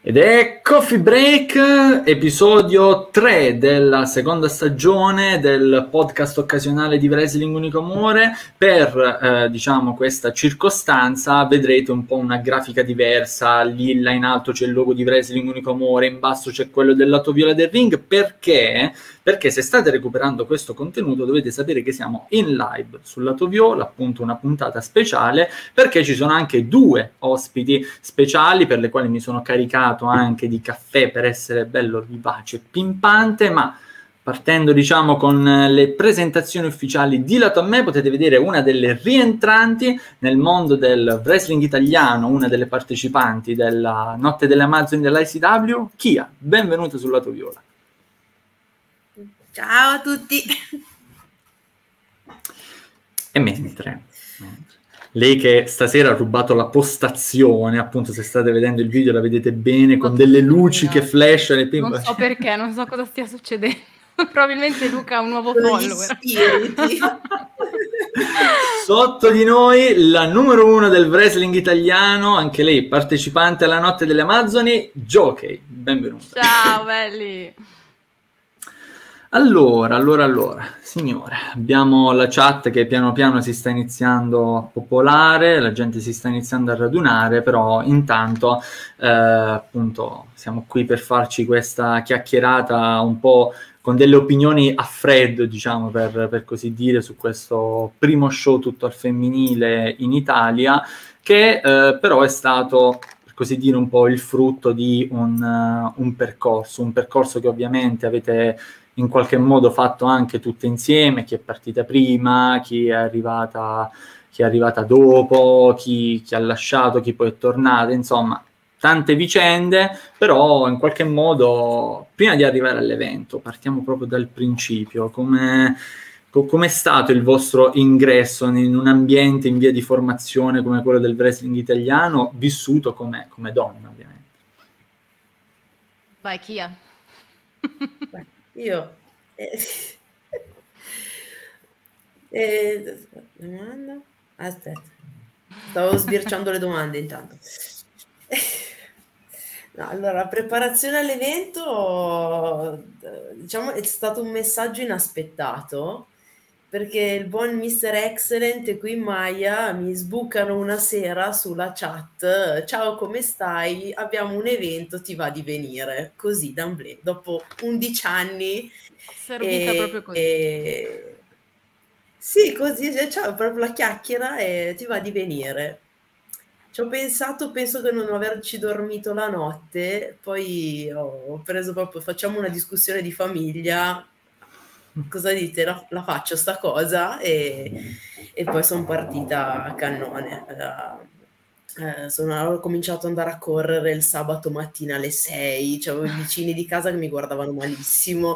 Ed è Coffee Break, episodio 3 della seconda stagione del podcast occasionale di Wrestling Unico Amore. Per diciamo questa circostanza vedrete un po' una grafica diversa. Lì là in alto c'è il logo di Wrestling Unico Amore, in basso c'è quello del lato viola del ring. Perché se state recuperando questo contenuto dovete sapere che siamo in live sul lato viola, appunto una puntata speciale, perché ci sono anche due ospiti speciali per le quali mi sono caricato anche di caffè per essere bello vivace e pimpante. Ma partendo diciamo con le presentazioni ufficiali di lato a me, potete vedere una delle rientranti nel mondo del wrestling italiano, una delle partecipanti della Notte delle Amazzoni dell'ICW, Kia. Benvenuta sul lato viola. Ciao a tutti. E mentre lei che stasera ha rubato la postazione, appunto se state vedendo il video la vedete bene, con delle luci che flashano. Non so perché, non so cosa stia succedendo. Probabilmente Luca ha un nuovo follower. Sotto di noi la numero uno del wrestling italiano, anche lei partecipante alla Notte delle Amazzoni, Jockey. Benvenuta. Ciao belli. Allora, signore, abbiamo la chat che piano piano si sta iniziando a popolare, la gente si sta iniziando a radunare, però intanto appunto siamo qui per farci questa chiacchierata un po' con delle opinioni a freddo, diciamo, per così dire, su questo primo show tutto al femminile in Italia, che però è stato, per così dire, un po' il frutto di un percorso che ovviamente avete in qualche modo fatto anche tutte insieme, chi è partita prima, chi è arrivata dopo, chi ha lasciato, chi poi è tornato, insomma, tante vicende, però in qualche modo, prima di arrivare all'evento, partiamo proprio dal principio. Com'è stato il vostro ingresso in un ambiente in via di formazione come quello del wrestling italiano, vissuto come donna, ovviamente? Vai, Kia. Io domanda? Aspetta, stavo sbirciando le domande intanto. No, allora, la preparazione all'evento, diciamo, è stato un messaggio inaspettato, perché il buon Mr. Excellent e qui Maya mi sbucano una sera sulla chat: ciao, come stai? Abbiamo un evento, ti va di venire? Così, d'amblè, dopo 11 anni. Servita proprio così. Sì, così, ciao, proprio la chiacchiera e ti va di venire. Ci ho pensato, penso che non averci dormito la notte, poi ho preso proprio, facciamo una discussione di famiglia, cosa dite? La faccio sta cosa e poi sono partita a cannone. Ho cominciato ad andare a correre il sabato mattina alle 6, c'avevo i vicini di casa che mi guardavano malissimo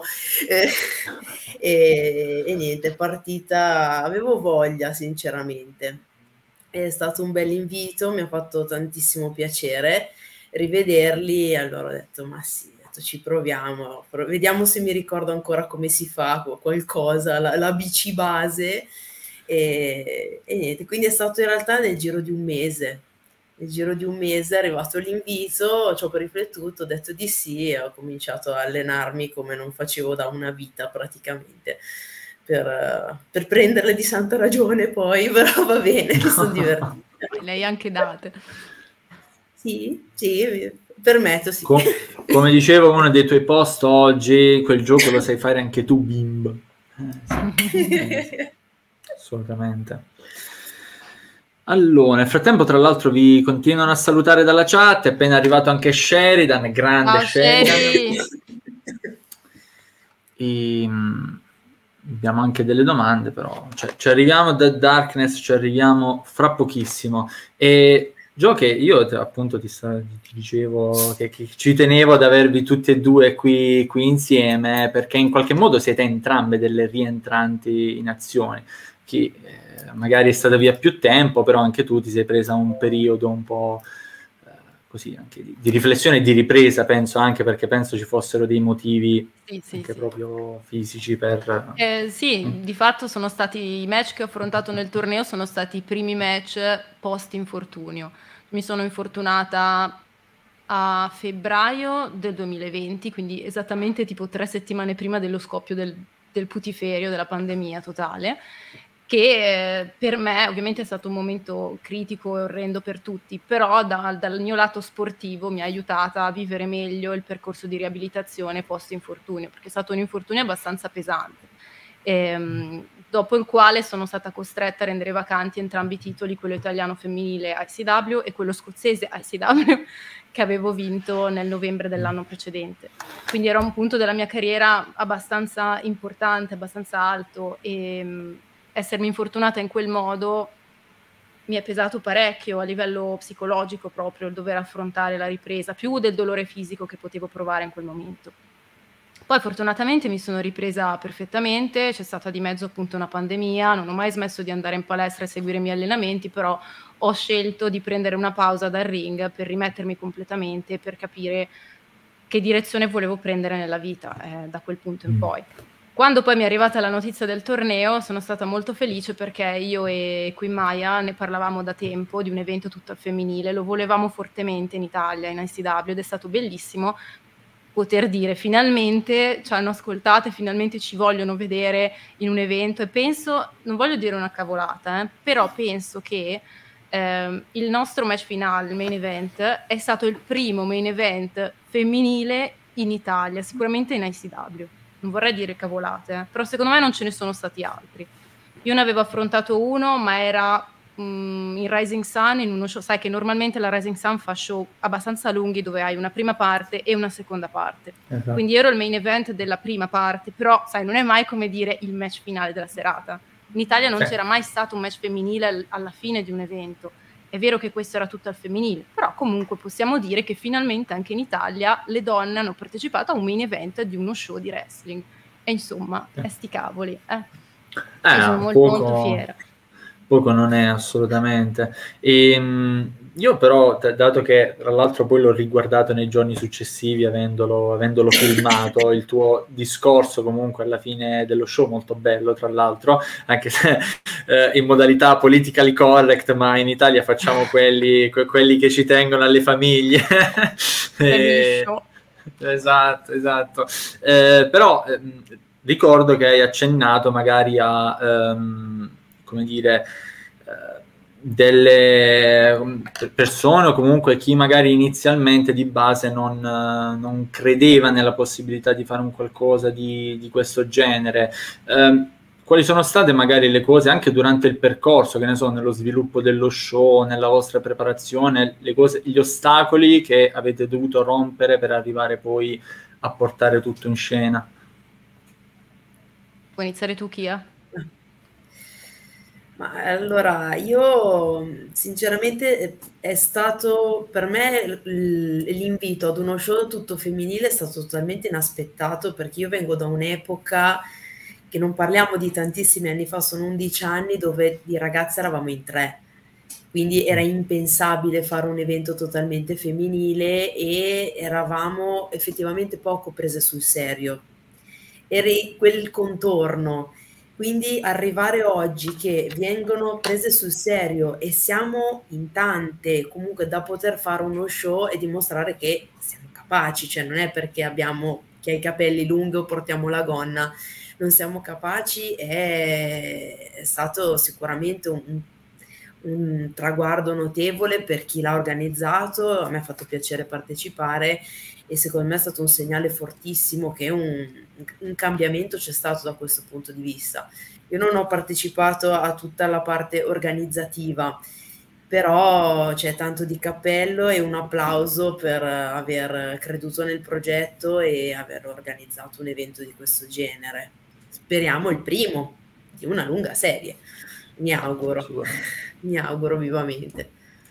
e niente, partita, avevo voglia sinceramente. È stato un bel invito, mi ha fatto tantissimo piacere rivederli, allora ho detto ma sì, ci proviamo, vediamo se mi ricordo ancora come si fa qualcosa, la BC base e niente, quindi è stato in realtà nel giro di un mese. Nel giro di un mese è arrivato l'invito, ci ho riflettuto, ho detto di sì e ho cominciato a allenarmi come non facevo da una vita praticamente, per prenderle di santa ragione poi, però va bene, mi sono divertita. Lei anche date. Sì, permetto, sì. Come dicevo uno dei tuoi post oggi, quel gioco lo sai fare anche tu, bimbo. Sì. Assolutamente. Allora, nel frattempo, tra l'altro, vi continuano a salutare dalla chat. È appena arrivato anche Sheridan, grande Sheridan. Abbiamo anche delle domande, però ci arriviamo da Darkness, ci arriviamo fra pochissimo. E Gio, che io appunto ti dicevo che ci tenevo ad avervi tutti e due qui insieme, perché in qualche modo siete entrambe delle rientranti in azione. Chi magari è stata via più tempo, però anche tu ti sei presa un periodo un po' così anche di riflessione e di ripresa, penso, anche perché penso ci fossero dei motivi proprio fisici per... Sì, di fatto sono stati i match che ho affrontato nel torneo, sono stati i primi match post infortunio. Mi sono infortunata a febbraio del 2020, quindi esattamente tipo 3 settimane prima dello scoppio del putiferio, della pandemia totale, che per me ovviamente è stato un momento critico e orrendo per tutti, però dal mio lato sportivo mi ha aiutata a vivere meglio il percorso di riabilitazione post-infortunio, perché è stato un infortunio abbastanza pesante. Dopo il quale sono stata costretta a rendere vacanti entrambi i titoli, quello italiano femminile ICW e quello scozzese ICW, che avevo vinto nel novembre dell'anno precedente. Quindi era un punto della mia carriera abbastanza importante, abbastanza alto, e essermi infortunata in quel modo mi è pesato parecchio a livello psicologico, proprio il dover affrontare la ripresa, più del dolore fisico che potevo provare in quel momento. Poi fortunatamente mi sono ripresa perfettamente, c'è stata di mezzo appunto una pandemia, non ho mai smesso di andare in palestra e seguire i miei allenamenti, però ho scelto di prendere una pausa dal ring per rimettermi completamente, per capire che direzione volevo prendere nella vita da quel punto in poi. Quando poi mi è arrivata la notizia del torneo sono stata molto felice, perché io e Queen Maya ne parlavamo da tempo di un evento tutto al femminile, lo volevamo fortemente in Italia, in ICW, ed è stato bellissimo poter dire finalmente ci hanno ascoltate, finalmente ci vogliono vedere in un evento, e penso, non voglio dire una cavolata, però penso che il nostro match finale, il main event, è stato il primo main event femminile in Italia, sicuramente in ICW. Non vorrei dire cavolate, però secondo me non ce ne sono stati altri. Io ne avevo affrontato uno, ma era in Rising Sun, in uno show, sai che normalmente la Rising Sun fa show abbastanza lunghi dove hai una prima parte e una seconda parte. Esatto. Quindi ero il main event della prima parte, però sai, non è mai come dire il match finale della serata. In Italia non c'era mai stato un match femminile alla fine di un evento. È vero che questo era tutto al femminile, però comunque possiamo dire che finalmente anche in Italia le donne hanno partecipato a un main event di uno show di wrestling. E insomma, sti cavoli, sono molto fiera. Poco non è assolutamente. Io però, dato che tra l'altro poi l'ho riguardato nei giorni successivi avendolo filmato, il tuo discorso comunque alla fine dello show molto bello, tra l'altro, anche se in modalità politically correct, ma in Italia facciamo quelli che ci tengono alle famiglie. Esatto. Però ricordo che hai accennato magari a come dire, delle persone o comunque chi magari inizialmente di base non credeva nella possibilità di fare un qualcosa di questo genere. Quali sono state magari le cose anche durante il percorso, che ne so, nello sviluppo dello show, nella vostra preparazione, gli ostacoli che avete dovuto rompere per arrivare poi a portare tutto in scena? Puoi iniziare tu, Kia? Ma allora, io sinceramente è stato per me l'invito ad uno show tutto femminile è stato totalmente inaspettato, perché io vengo da un'epoca che non parliamo di tantissimi anni fa, sono 11 anni, dove di ragazze eravamo in 3, quindi era impensabile fare un evento totalmente femminile e eravamo effettivamente poco prese sul serio. Era quel contorno. Quindi arrivare oggi che vengono prese sul serio e siamo in tante comunque da poter fare uno show e dimostrare che siamo capaci, cioè non è perché abbiamo chi ha i capelli lunghi o portiamo la gonna, non siamo capaci, è stato sicuramente un traguardo notevole per chi l'ha organizzato. A me ha fatto piacere partecipare e secondo me è stato un segnale fortissimo che un cambiamento c'è stato da questo punto di vista. Io non ho partecipato a tutta la parte organizzativa, però c'è tanto di cappello e un applauso per aver creduto nel progetto e aver organizzato un evento di questo genere. Speriamo il primo di una lunga serie, mi auguro vivamente.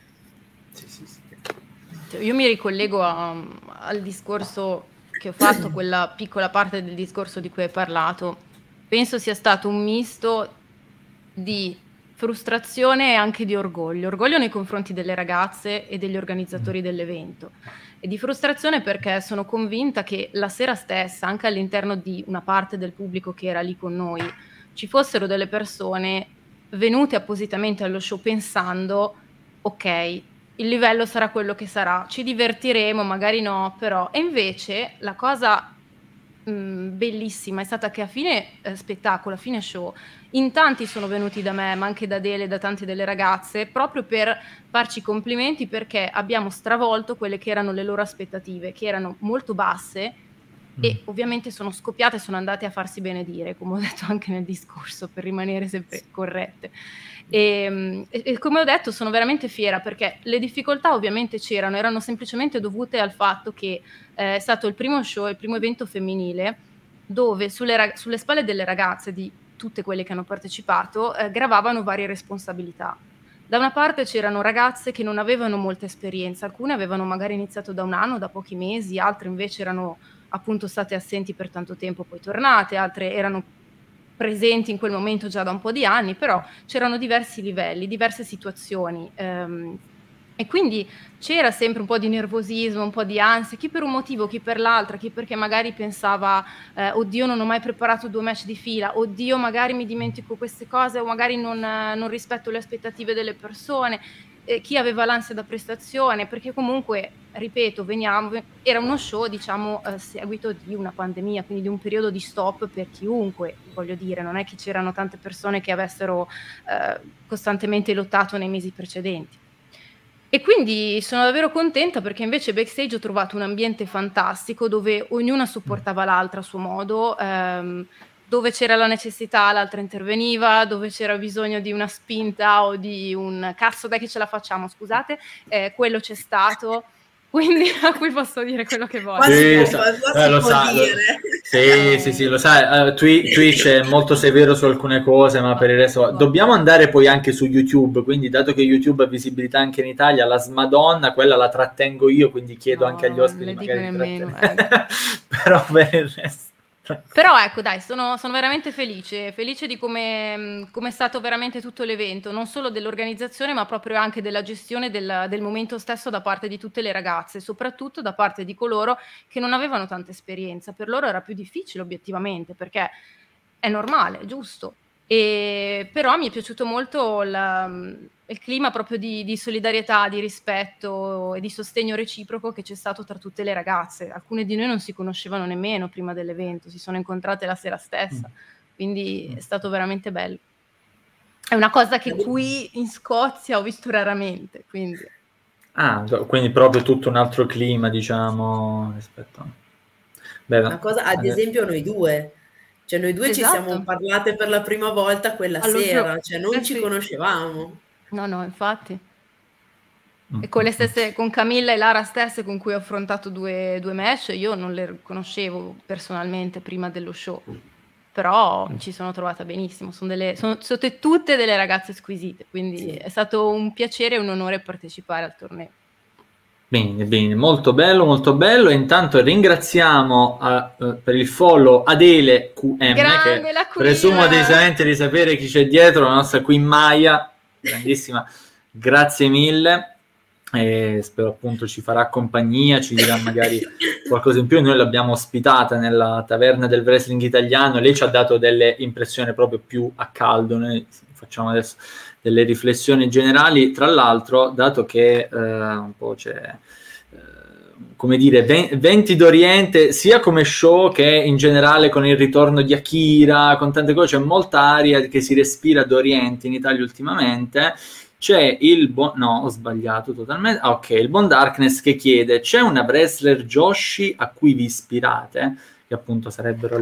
Io mi ricollego al discorso che ho fatto, quella piccola parte del discorso di cui hai parlato. Penso sia stato un misto di frustrazione e anche di orgoglio nei confronti delle ragazze e degli organizzatori dell'evento, e di frustrazione perché sono convinta che la sera stessa, anche all'interno di una parte del pubblico che era lì con noi, ci fossero delle persone venute appositamente allo show pensando: ok, il livello sarà quello che sarà, ci divertiremo, magari no, però. E invece la cosa bellissima è stata che a fine spettacolo, a fine show, in tanti sono venuti da me, ma anche da Dele, da tante delle ragazze, proprio per farci complimenti perché abbiamo stravolto quelle che erano le loro aspettative, che erano molto basse e ovviamente sono scoppiate e sono andate a farsi benedire, come ho detto anche nel discorso, per rimanere sempre corrette. E come ho detto sono veramente fiera perché le difficoltà ovviamente c'erano, erano semplicemente dovute al fatto che è stato il primo show, il primo evento femminile dove sulle spalle delle ragazze, di tutte quelle che hanno partecipato, gravavano varie responsabilità. Da una parte c'erano ragazze che non avevano molta esperienza, alcune avevano magari iniziato da un anno, da pochi mesi, altre invece erano appunto state assenti per tanto tempo, poi tornate, altre erano presenti in quel momento già da un po' di anni, però c'erano diversi livelli, diverse situazioni. E quindi c'era sempre un po' di nervosismo, un po' di ansia, chi per un motivo, chi per l'altra, chi perché magari pensava oddio non ho mai preparato 2 match di fila, oddio magari mi dimentico queste cose o magari non rispetto le aspettative delle persone, chi aveva l'ansia da prestazione, perché comunque, ripeto, era uno show diciamo seguito di una pandemia, quindi di un periodo di stop per chiunque, voglio dire, non è che c'erano tante persone che avessero costantemente lottato nei mesi precedenti. E quindi sono davvero contenta perché invece backstage ho trovato un ambiente fantastico dove ognuna supportava l'altra a suo modo, dove c'era la necessità l'altra interveniva, dove c'era bisogno di una spinta o di un cazzo dai che ce la facciamo, scusate, quello c'è stato, quindi a cui posso dire quello che voglio. Lo sa, sì, lo sai, Twitch è molto severo su alcune cose, ma per il resto dobbiamo andare poi anche su YouTube, quindi dato che YouTube ha visibilità anche in Italia, la Smadonna, quella la trattengo io, quindi chiedo anche agli ospiti magari di nemmeno, però per il resto. Però ecco dai, sono veramente felice di come è stato veramente tutto l'evento, non solo dell'organizzazione ma proprio anche della gestione del momento stesso da parte di tutte le ragazze, soprattutto da parte di coloro che non avevano tanta esperienza. Per loro era più difficile obiettivamente perché è normale, è giusto. Però mi è piaciuto molto il clima proprio di solidarietà, di rispetto e di sostegno reciproco che c'è stato tra tutte le ragazze. Alcune di noi non si conoscevano nemmeno prima dell'evento, si sono incontrate la sera stessa, quindi è stato veramente bello. È una cosa che qui in Scozia ho visto raramente, quindi. Quindi proprio tutto un altro clima, diciamo, rispetto a... Una cosa, ad esempio noi due ci siamo parlate per la prima volta quella sera, cioè non ci conoscevamo. No, infatti. E con le stesse, con Camilla e Lara stesse con cui ho affrontato due match, io non le conoscevo personalmente prima dello show, però ci sono trovata benissimo, sono tutte delle ragazze squisite, quindi è stato un piacere e un onore partecipare al torneo. Bene, molto bello. E intanto ringraziamo per il follow Adele QM, grande, che la presumo decisamente di sapere chi c'è dietro, la nostra Queen Maya, grandissima, grazie mille. E spero appunto ci farà compagnia, ci dirà magari qualcosa in più. Noi l'abbiamo ospitata nella taverna del wrestling italiano, lei ci ha dato delle impressioni proprio più a caldo. Noi facciamo adesso delle riflessioni generali, tra l'altro, dato che un po' c'è come dire, venti d'Oriente sia come show che in generale con il ritorno di Akira, con tante cose, c'è molta aria che si respira d'Oriente in Italia ultimamente. C'è il no, ho sbagliato totalmente. Ok, il Buon Darkness che chiede: c'è una wrestler Joshi a cui vi ispirate? Che appunto sarebbero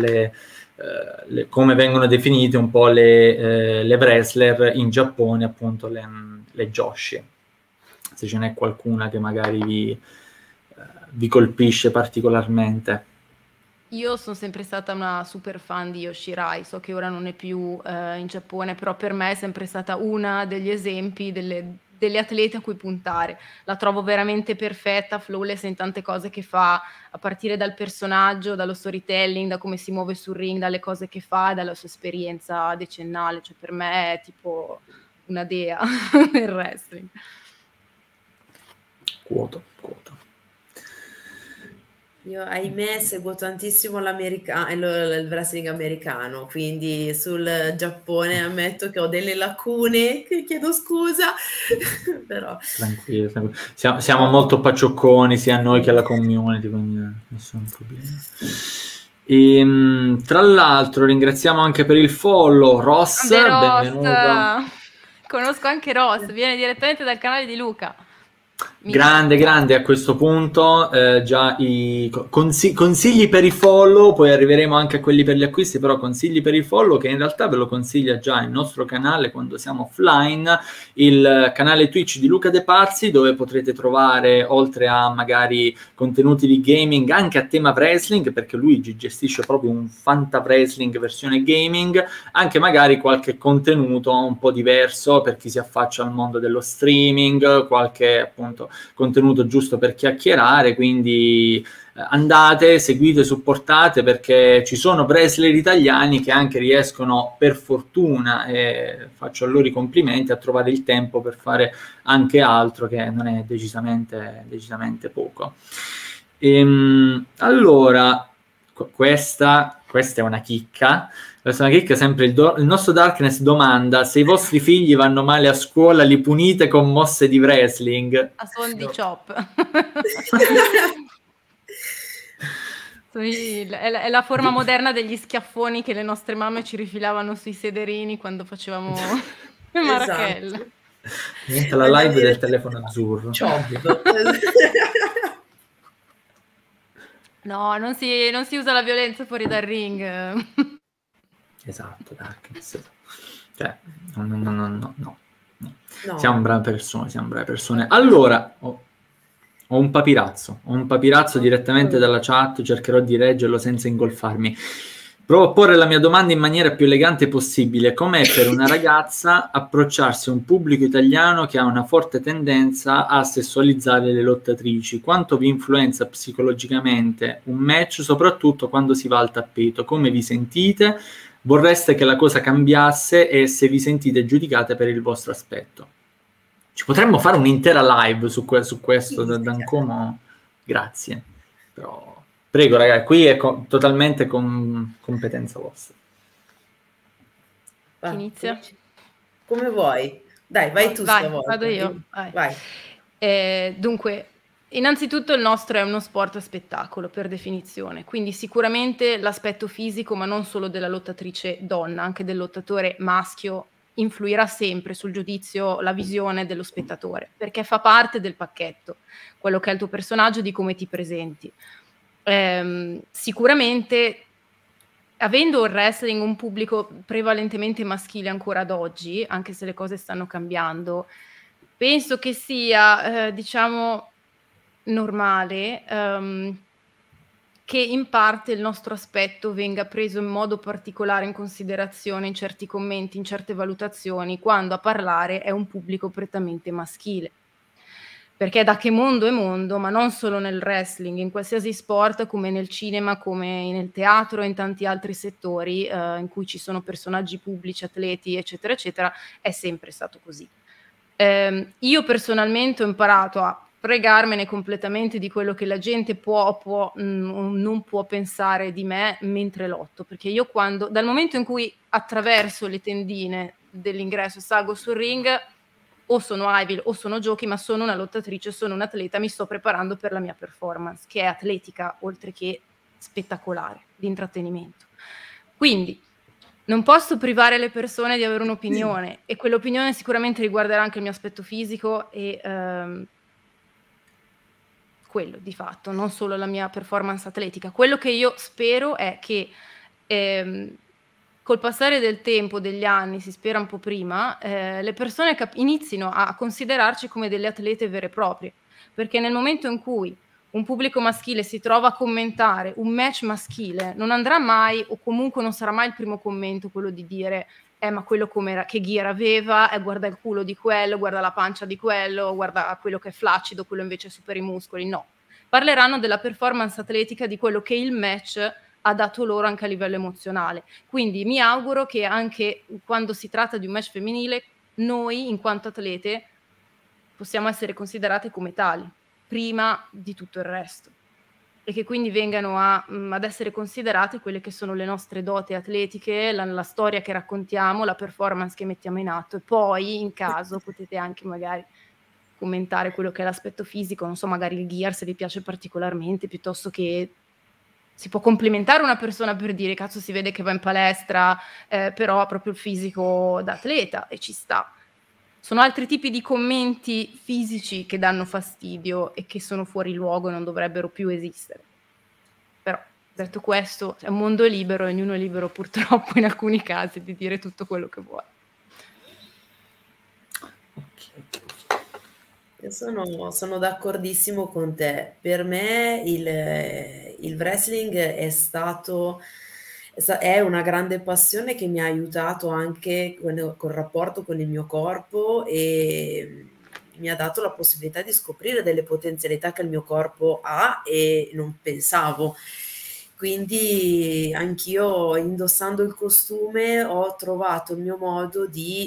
come vengono definite un po' le wrestler in Giappone, appunto le Joshi. Se ce n'è qualcuna che magari vi colpisce particolarmente. Io sono sempre stata una super fan di Yoshirai, so che ora non è più in Giappone, però per me è sempre stata una degli esempi delle atlete a cui puntare. La trovo veramente perfetta, flawless in tante cose che fa, a partire dal personaggio, dallo storytelling, da come si muove sul ring, dalle cose che fa e dalla sua esperienza decennale. Cioè per me è tipo una dea nel wrestling. Quoto. Io, ahimè, seguo tantissimo il wrestling americano, quindi sul Giappone ammetto che ho delle lacune, che chiedo scusa, però Tranquillo, tranquillo. Siamo molto pacciocconi sia noi che la community, quindi nessun problema. Tra l'altro ringraziamo anche per il follow Ross, Grande benvenuto. Ross! Conosco anche Ross, viene direttamente dal canale di Luca. Grande, grande a questo punto, già i consigli per i follow, poi arriveremo anche a quelli per gli acquisti, però consigli per i follow che in realtà ve lo consiglia già il nostro canale quando siamo offline, il canale Twitch di Luca De Pazzi, dove potrete trovare, oltre a magari contenuti di gaming, anche a tema wrestling, perché lui gestisce proprio un Fanta Wrestling versione gaming, anche magari qualche contenuto un po' diverso per chi si affaccia al mondo dello streaming, qualche appunto contenuto giusto per chiacchierare, quindi andate, seguite, supportate, perché ci sono wrestler italiani che anche riescono, per fortuna, e faccio a loro i complimenti, a trovare il tempo per fare anche altro, che non è decisamente poco. Allora, questa è una chicca. Questa è una chicca, sempre il nostro Darkness domanda: se i vostri figli vanno male a scuola, li punite con mosse di wrestling? A suon di chop. È la forma moderna degli schiaffoni che le nostre mamme ci rifilavano sui sederini quando facevamo le marachelle. esatto. Diventa la live del telefono azzurro. Chop. No, non si usa la violenza fuori dal ring. Esatto, Darkness. Cioè, no. No. Siamo brave persone. Allora, ho un papirazzo direttamente dalla chat, cercherò di leggerlo senza ingolfarmi. Provo a porre la mia domanda in maniera più elegante possibile. Com'è per una ragazza approcciarsi a un pubblico italiano che ha una forte tendenza a sessualizzare le lottatrici? Quanto vi influenza psicologicamente un match, soprattutto quando si va al tappeto? Come vi sentite? Vorreste che la cosa cambiasse e se vi sentite giudicate per il vostro aspetto? Ci potremmo fare un'intera live su questo, Dancomo. Grazie. Però... Prego, ragazzi, qui è totalmente competenza vostra. Chi inizia? Come vuoi. Dai, vai tu stavolta. Vado io. Vai. Dunque, innanzitutto il nostro è uno sport a spettacolo, per definizione, quindi sicuramente l'aspetto fisico, ma non solo della lottatrice donna, anche del lottatore maschio, influirà sempre sul giudizio, la visione dello spettatore, perché fa parte del pacchetto, quello che è il tuo personaggio, di come ti presenti. Sicuramente, avendo il wrestling un pubblico prevalentemente maschile ancora ad oggi, anche se le cose stanno cambiando, penso che sia, diciamo, normale che in parte il nostro aspetto venga preso in modo particolare in considerazione in certi commenti, in certe valutazioni, quando a parlare è un pubblico prettamente maschile. Perché da che mondo è mondo, ma non solo nel wrestling, in qualsiasi sport, come nel cinema, come nel teatro e in tanti altri settori in cui ci sono personaggi pubblici, atleti, eccetera, eccetera, è sempre stato così. Io personalmente ho imparato a fregarmene completamente di quello che la gente non può pensare di me mentre lotto, perché io dal momento in cui attraverso le tendine dell'ingresso salgo sul ring, o sono Ivy o sono Giochi, ma sono una lottatrice, sono un atleta, mi sto preparando per la mia performance, che è atletica oltre che spettacolare, di intrattenimento. Quindi non posso privare le persone di avere un'opinione e quell'opinione sicuramente riguarderà anche il mio aspetto fisico e quello di fatto, non solo la mia performance atletica. Quello che io spero è che col passare del tempo, degli anni, si spera un po' prima, le persone inizino a considerarci come delle atlete vere e proprie, perché nel momento in cui un pubblico maschile si trova a commentare un match maschile, non andrà mai, o comunque non sarà mai il primo commento quello di dire ma quello che gear aveva, guarda il culo di quello, guarda la pancia di quello, guarda quello che è flaccido, quello invece è super i muscoli. No, parleranno della performance atletica, di quello che il match ha dato loro anche a livello emozionale. Quindi mi auguro che anche quando si tratta di un match femminile, noi in quanto atlete possiamo essere considerate come tali, prima di tutto il resto. e che quindi vengano ad essere considerate quelle che sono le nostre doti atletiche, la storia che raccontiamo, la performance che mettiamo in atto, e poi in caso potete anche magari commentare quello che è l'aspetto fisico, non so, magari il gear se vi piace particolarmente, piuttosto che si può complimentare una persona per dire cazzo si vede che va in palestra, però ha proprio il fisico da atleta, e ci sta. Sono altri tipi di commenti fisici che danno fastidio e che sono fuori luogo e non dovrebbero più esistere. Però, detto questo, è un mondo libero e ognuno è libero purtroppo in alcuni casi di dire tutto quello che vuole. Sono d'accordissimo con te. Per me il wrestling è una grande passione che mi ha aiutato anche col rapporto con il mio corpo, e mi ha dato la possibilità di scoprire delle potenzialità che il mio corpo ha e non pensavo. Quindi anch'io, indossando il costume, ho trovato il mio modo di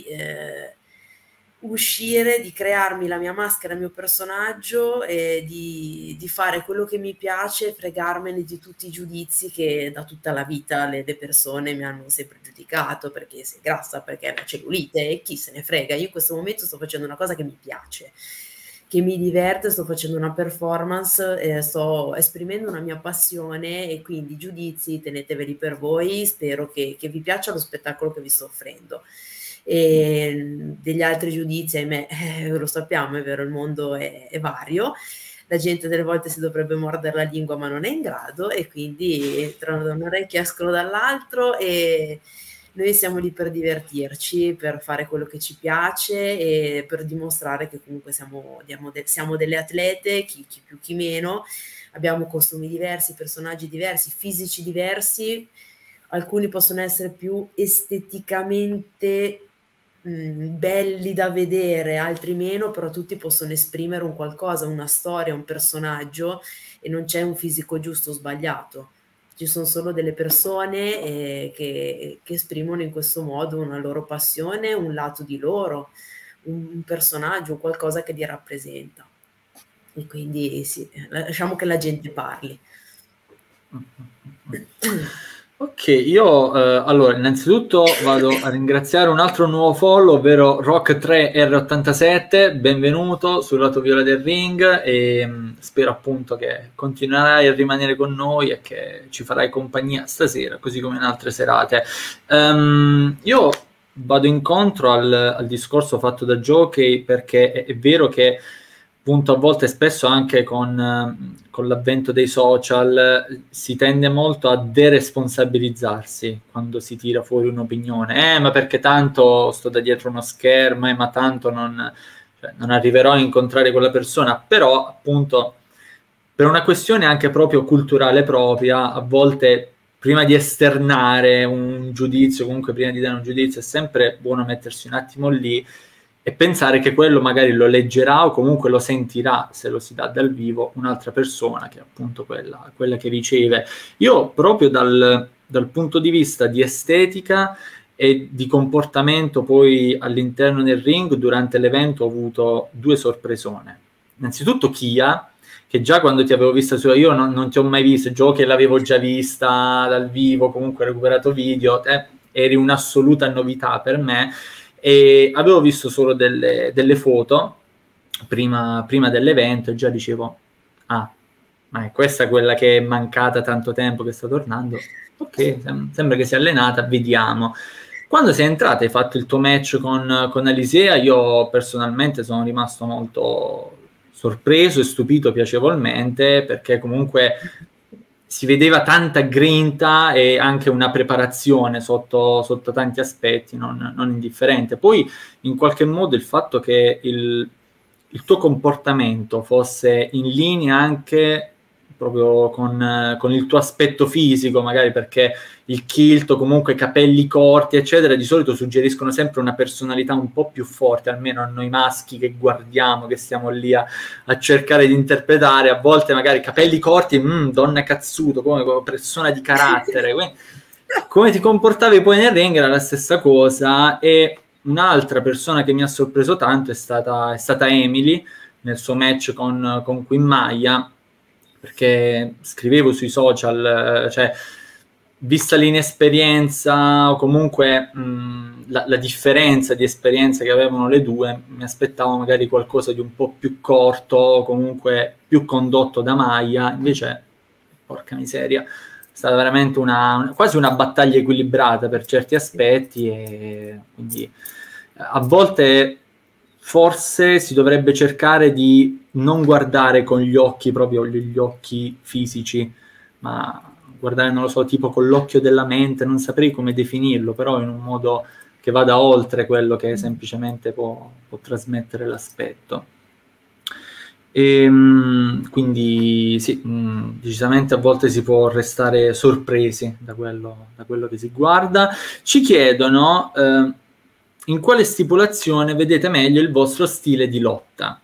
uscire, di crearmi la mia maschera, il mio personaggio, e di fare quello che mi piace, fregarmene di tutti i giudizi che da tutta la vita le persone mi hanno sempre giudicato, perché sei grassa, perché hai la cellulite, e chi se ne frega. Io in questo momento sto facendo una cosa che mi piace, che mi diverte, sto facendo una performance, sto esprimendo una mia passione, e quindi i giudizi teneteveli per voi. Spero che vi piaccia lo spettacolo che vi sto offrendo. E degli altri giudizi, ahimè, lo sappiamo, è vero, il mondo è vario, la gente delle volte si dovrebbe mordere la lingua ma non è in grado, e quindi tra un orecchio escono dall'altro, e noi siamo lì per divertirci, per fare quello che ci piace e per dimostrare che comunque siamo delle atlete, chi più chi meno, abbiamo costumi diversi, personaggi diversi, fisici diversi. Alcuni possono essere più esteticamente belli da vedere, altri meno, però tutti possono esprimere un qualcosa, una storia, un personaggio, e non c'è un fisico giusto o sbagliato. Ci sono solo delle persone che esprimono in questo modo una loro passione, un lato di loro, un personaggio, qualcosa che li rappresenta. E quindi sì, lasciamo che la gente parli. Ok, io allora innanzitutto vado a ringraziare un altro nuovo follow, ovvero Rock3R87, benvenuto sul lato viola del ring, e spero appunto che continuerai a rimanere con noi e che ci farai compagnia stasera, così come in altre serate. Io vado incontro al discorso fatto da Jockey, perché è vero che appunto a volte, spesso anche con l'avvento dei social, si tende molto a deresponsabilizzarsi quando si tira fuori un'opinione. Ma perché tanto sto da dietro uno schermo, ma tanto non arriverò a incontrare quella persona. Però appunto, per una questione anche proprio culturale propria, a volte prima di esternare un giudizio, comunque prima di dare un giudizio, è sempre buono mettersi un attimo lì e pensare che quello magari lo leggerà o comunque lo sentirà, se lo si dà dal vivo, un'altra persona, che è appunto quella che riceve. Io proprio dal punto di vista di estetica e di comportamento poi all'interno del ring, durante l'evento ho avuto due sorpresone. Innanzitutto Kia, che già quando ti avevo vista io non ti ho mai visto, Joe che l'avevo già vista dal vivo, comunque ho recuperato video, eri un'assoluta novità per me. E avevo visto solo delle foto prima dell'evento, e già dicevo ma è questa quella che è mancata tanto tempo, che sta tornando? Ok, sembra che sia allenata, vediamo. Quando sei entrata e hai fatto il tuo match con Alisea, io personalmente sono rimasto molto sorpreso e stupito piacevolmente, perché comunque si vedeva tanta grinta e anche una preparazione sotto tanti aspetti, non indifferente. Poi in qualche modo il fatto che il tuo comportamento fosse in linea anche proprio con il tuo aspetto fisico, magari perché il kilt o comunque capelli corti eccetera di solito suggeriscono sempre una personalità un po' più forte, almeno a noi maschi che guardiamo, che stiamo lì a cercare di interpretare. A volte magari capelli corti, donna cazzuto, come persona di carattere. Quindi, come ti comportavi poi nel ring era la stessa cosa. E un'altra persona che mi ha sorpreso tanto è stata Emily nel suo match con Queen Maya, perché scrivevo sui social, cioè, vista l'inesperienza o comunque la differenza di esperienza che avevano le due, mi aspettavo magari qualcosa di un po' più corto, comunque più condotto da Maya, invece, porca miseria, è stata veramente quasi una battaglia equilibrata per certi aspetti, e quindi a volte forse si dovrebbe cercare di non guardare con gli occhi, proprio gli occhi fisici, ma guardare, non lo so, tipo con l'occhio della mente, non saprei come definirlo, però in un modo che vada oltre quello che semplicemente può trasmettere l'aspetto. Quindi sì, decisamente a volte si può restare sorpresi da quello che si guarda. Ci chiedono in quale stipulazione vedete meglio il vostro stile di lotta.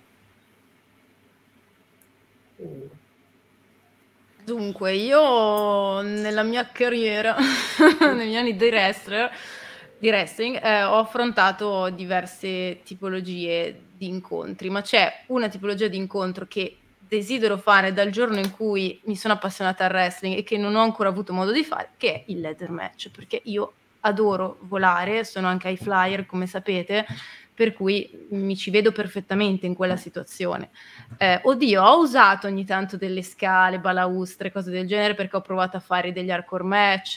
Dunque, io nella mia carriera, negli anni di wrestling, ho affrontato diverse tipologie di incontri, ma c'è una tipologia di incontro che desidero fare dal giorno in cui mi sono appassionata al wrestling e che non ho ancora avuto modo di fare, che è il ladder match, perché io adoro volare, sono anche high flyer, come sapete, per cui mi ci vedo perfettamente in quella situazione. Oddio, ho usato ogni tanto delle scale, balaustre, cose del genere, perché ho provato a fare degli hardcore match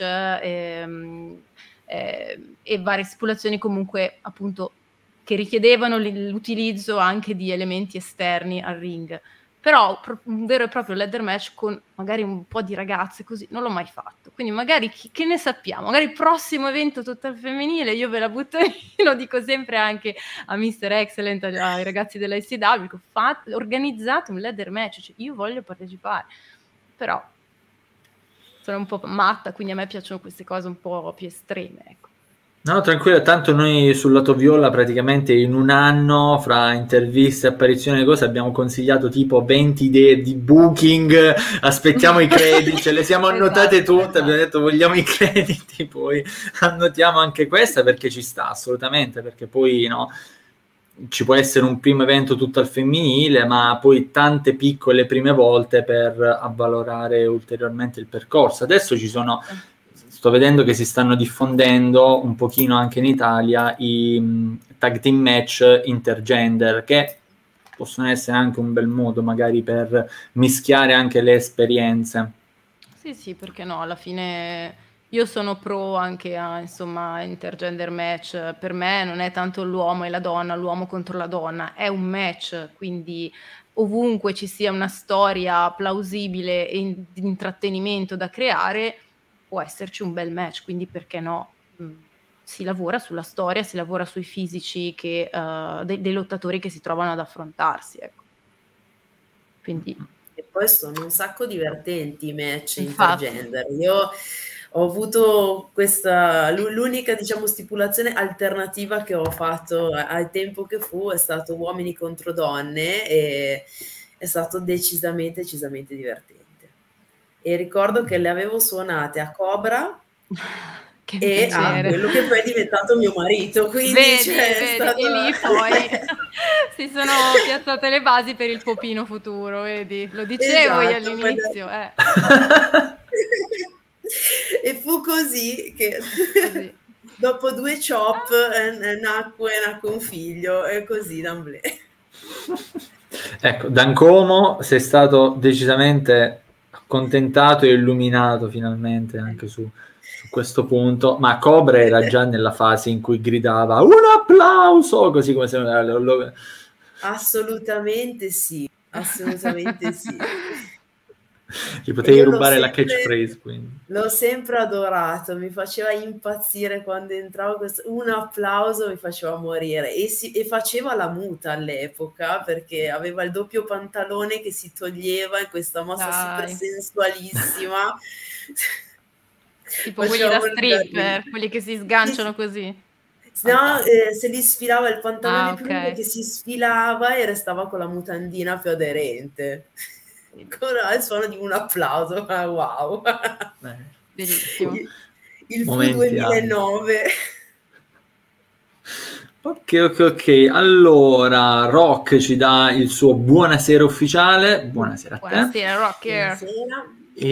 e varie stipulazioni comunque appunto che richiedevano l'utilizzo anche di elementi esterni al ring. Però un vero e proprio ladder match con magari un po' di ragazze così non l'ho mai fatto, quindi magari che ne sappiamo, magari il prossimo evento tutto al femminile io ve la butto lì, lo dico sempre anche a Mr. Excellent, ai ragazzi dell'ICW, dico organizzate un ladder match, cioè, io voglio partecipare, però sono un po' matta, quindi a me piacciono queste cose un po' più estreme, ecco. No, tranquillo, tanto noi sul lato viola praticamente in un anno, fra interviste, apparizioni e cose, abbiamo consigliato tipo 20 idee di booking, aspettiamo i crediti, ce le siamo annotate tutte, abbiamo detto vogliamo i crediti, poi annotiamo anche questa perché ci sta assolutamente, perché poi no, ci può essere un primo evento tutto al femminile, ma poi tante piccole prime volte per avvalorare ulteriormente il percorso. Adesso ci sono... Sto vedendo che si stanno diffondendo un pochino anche in Italia i tag team match intergender, che possono essere anche un bel modo magari per mischiare anche le esperienze. Sì, perché no, alla fine io sono pro anche a, insomma, intergender match. Per me non è tanto l'uomo e la donna, l'uomo contro la donna, è un match, quindi ovunque ci sia una storia plausibile e di intrattenimento da creare, può esserci un bel match, quindi perché no? Si lavora sulla storia, si lavora sui fisici dei lottatori che si trovano ad affrontarsi, ecco. Quindi... E poi sono un sacco divertenti i match intergender. Io ho avuto l'unica, diciamo, stipulazione alternativa che ho fatto al tempo che fu è stato uomini contro donne e è stato decisamente divertente. E ricordo che le avevo suonate a Cobra e a quello che poi è diventato mio marito, quindi vedi, e lì poi si sono piazzate le basi per il popino futuro, vedi, lo dicevo io all'inizio. E fu così che dopo 2 chop nacque un figlio, e così d'amblè. Ecco, Dancomo sei stato decisamente accontentato e illuminato finalmente anche su questo punto, ma Cobra era già nella fase in cui gridava un applauso, così come se assolutamente sì. Gli potevi rubare la catchphrase, quindi. L'ho sempre adorato, mi faceva impazzire quando entravo, un applauso mi faceva morire, e faceva la muta all'epoca perché aveva il doppio pantalone che si toglieva in questa mossa super sensualissima. Tipo quelli da stripper, quelli che si sganciano così. No, se li sfilava il pantalone più lungo che si sfilava e restava con la mutandina più aderente. Con il suono di un applauso, wow. Bellissimo. Il fu 2009. Ok. Allora, Rock ci dà il suo buonasera ufficiale. Buonasera a te. Buonasera, Rocker. Buonasera.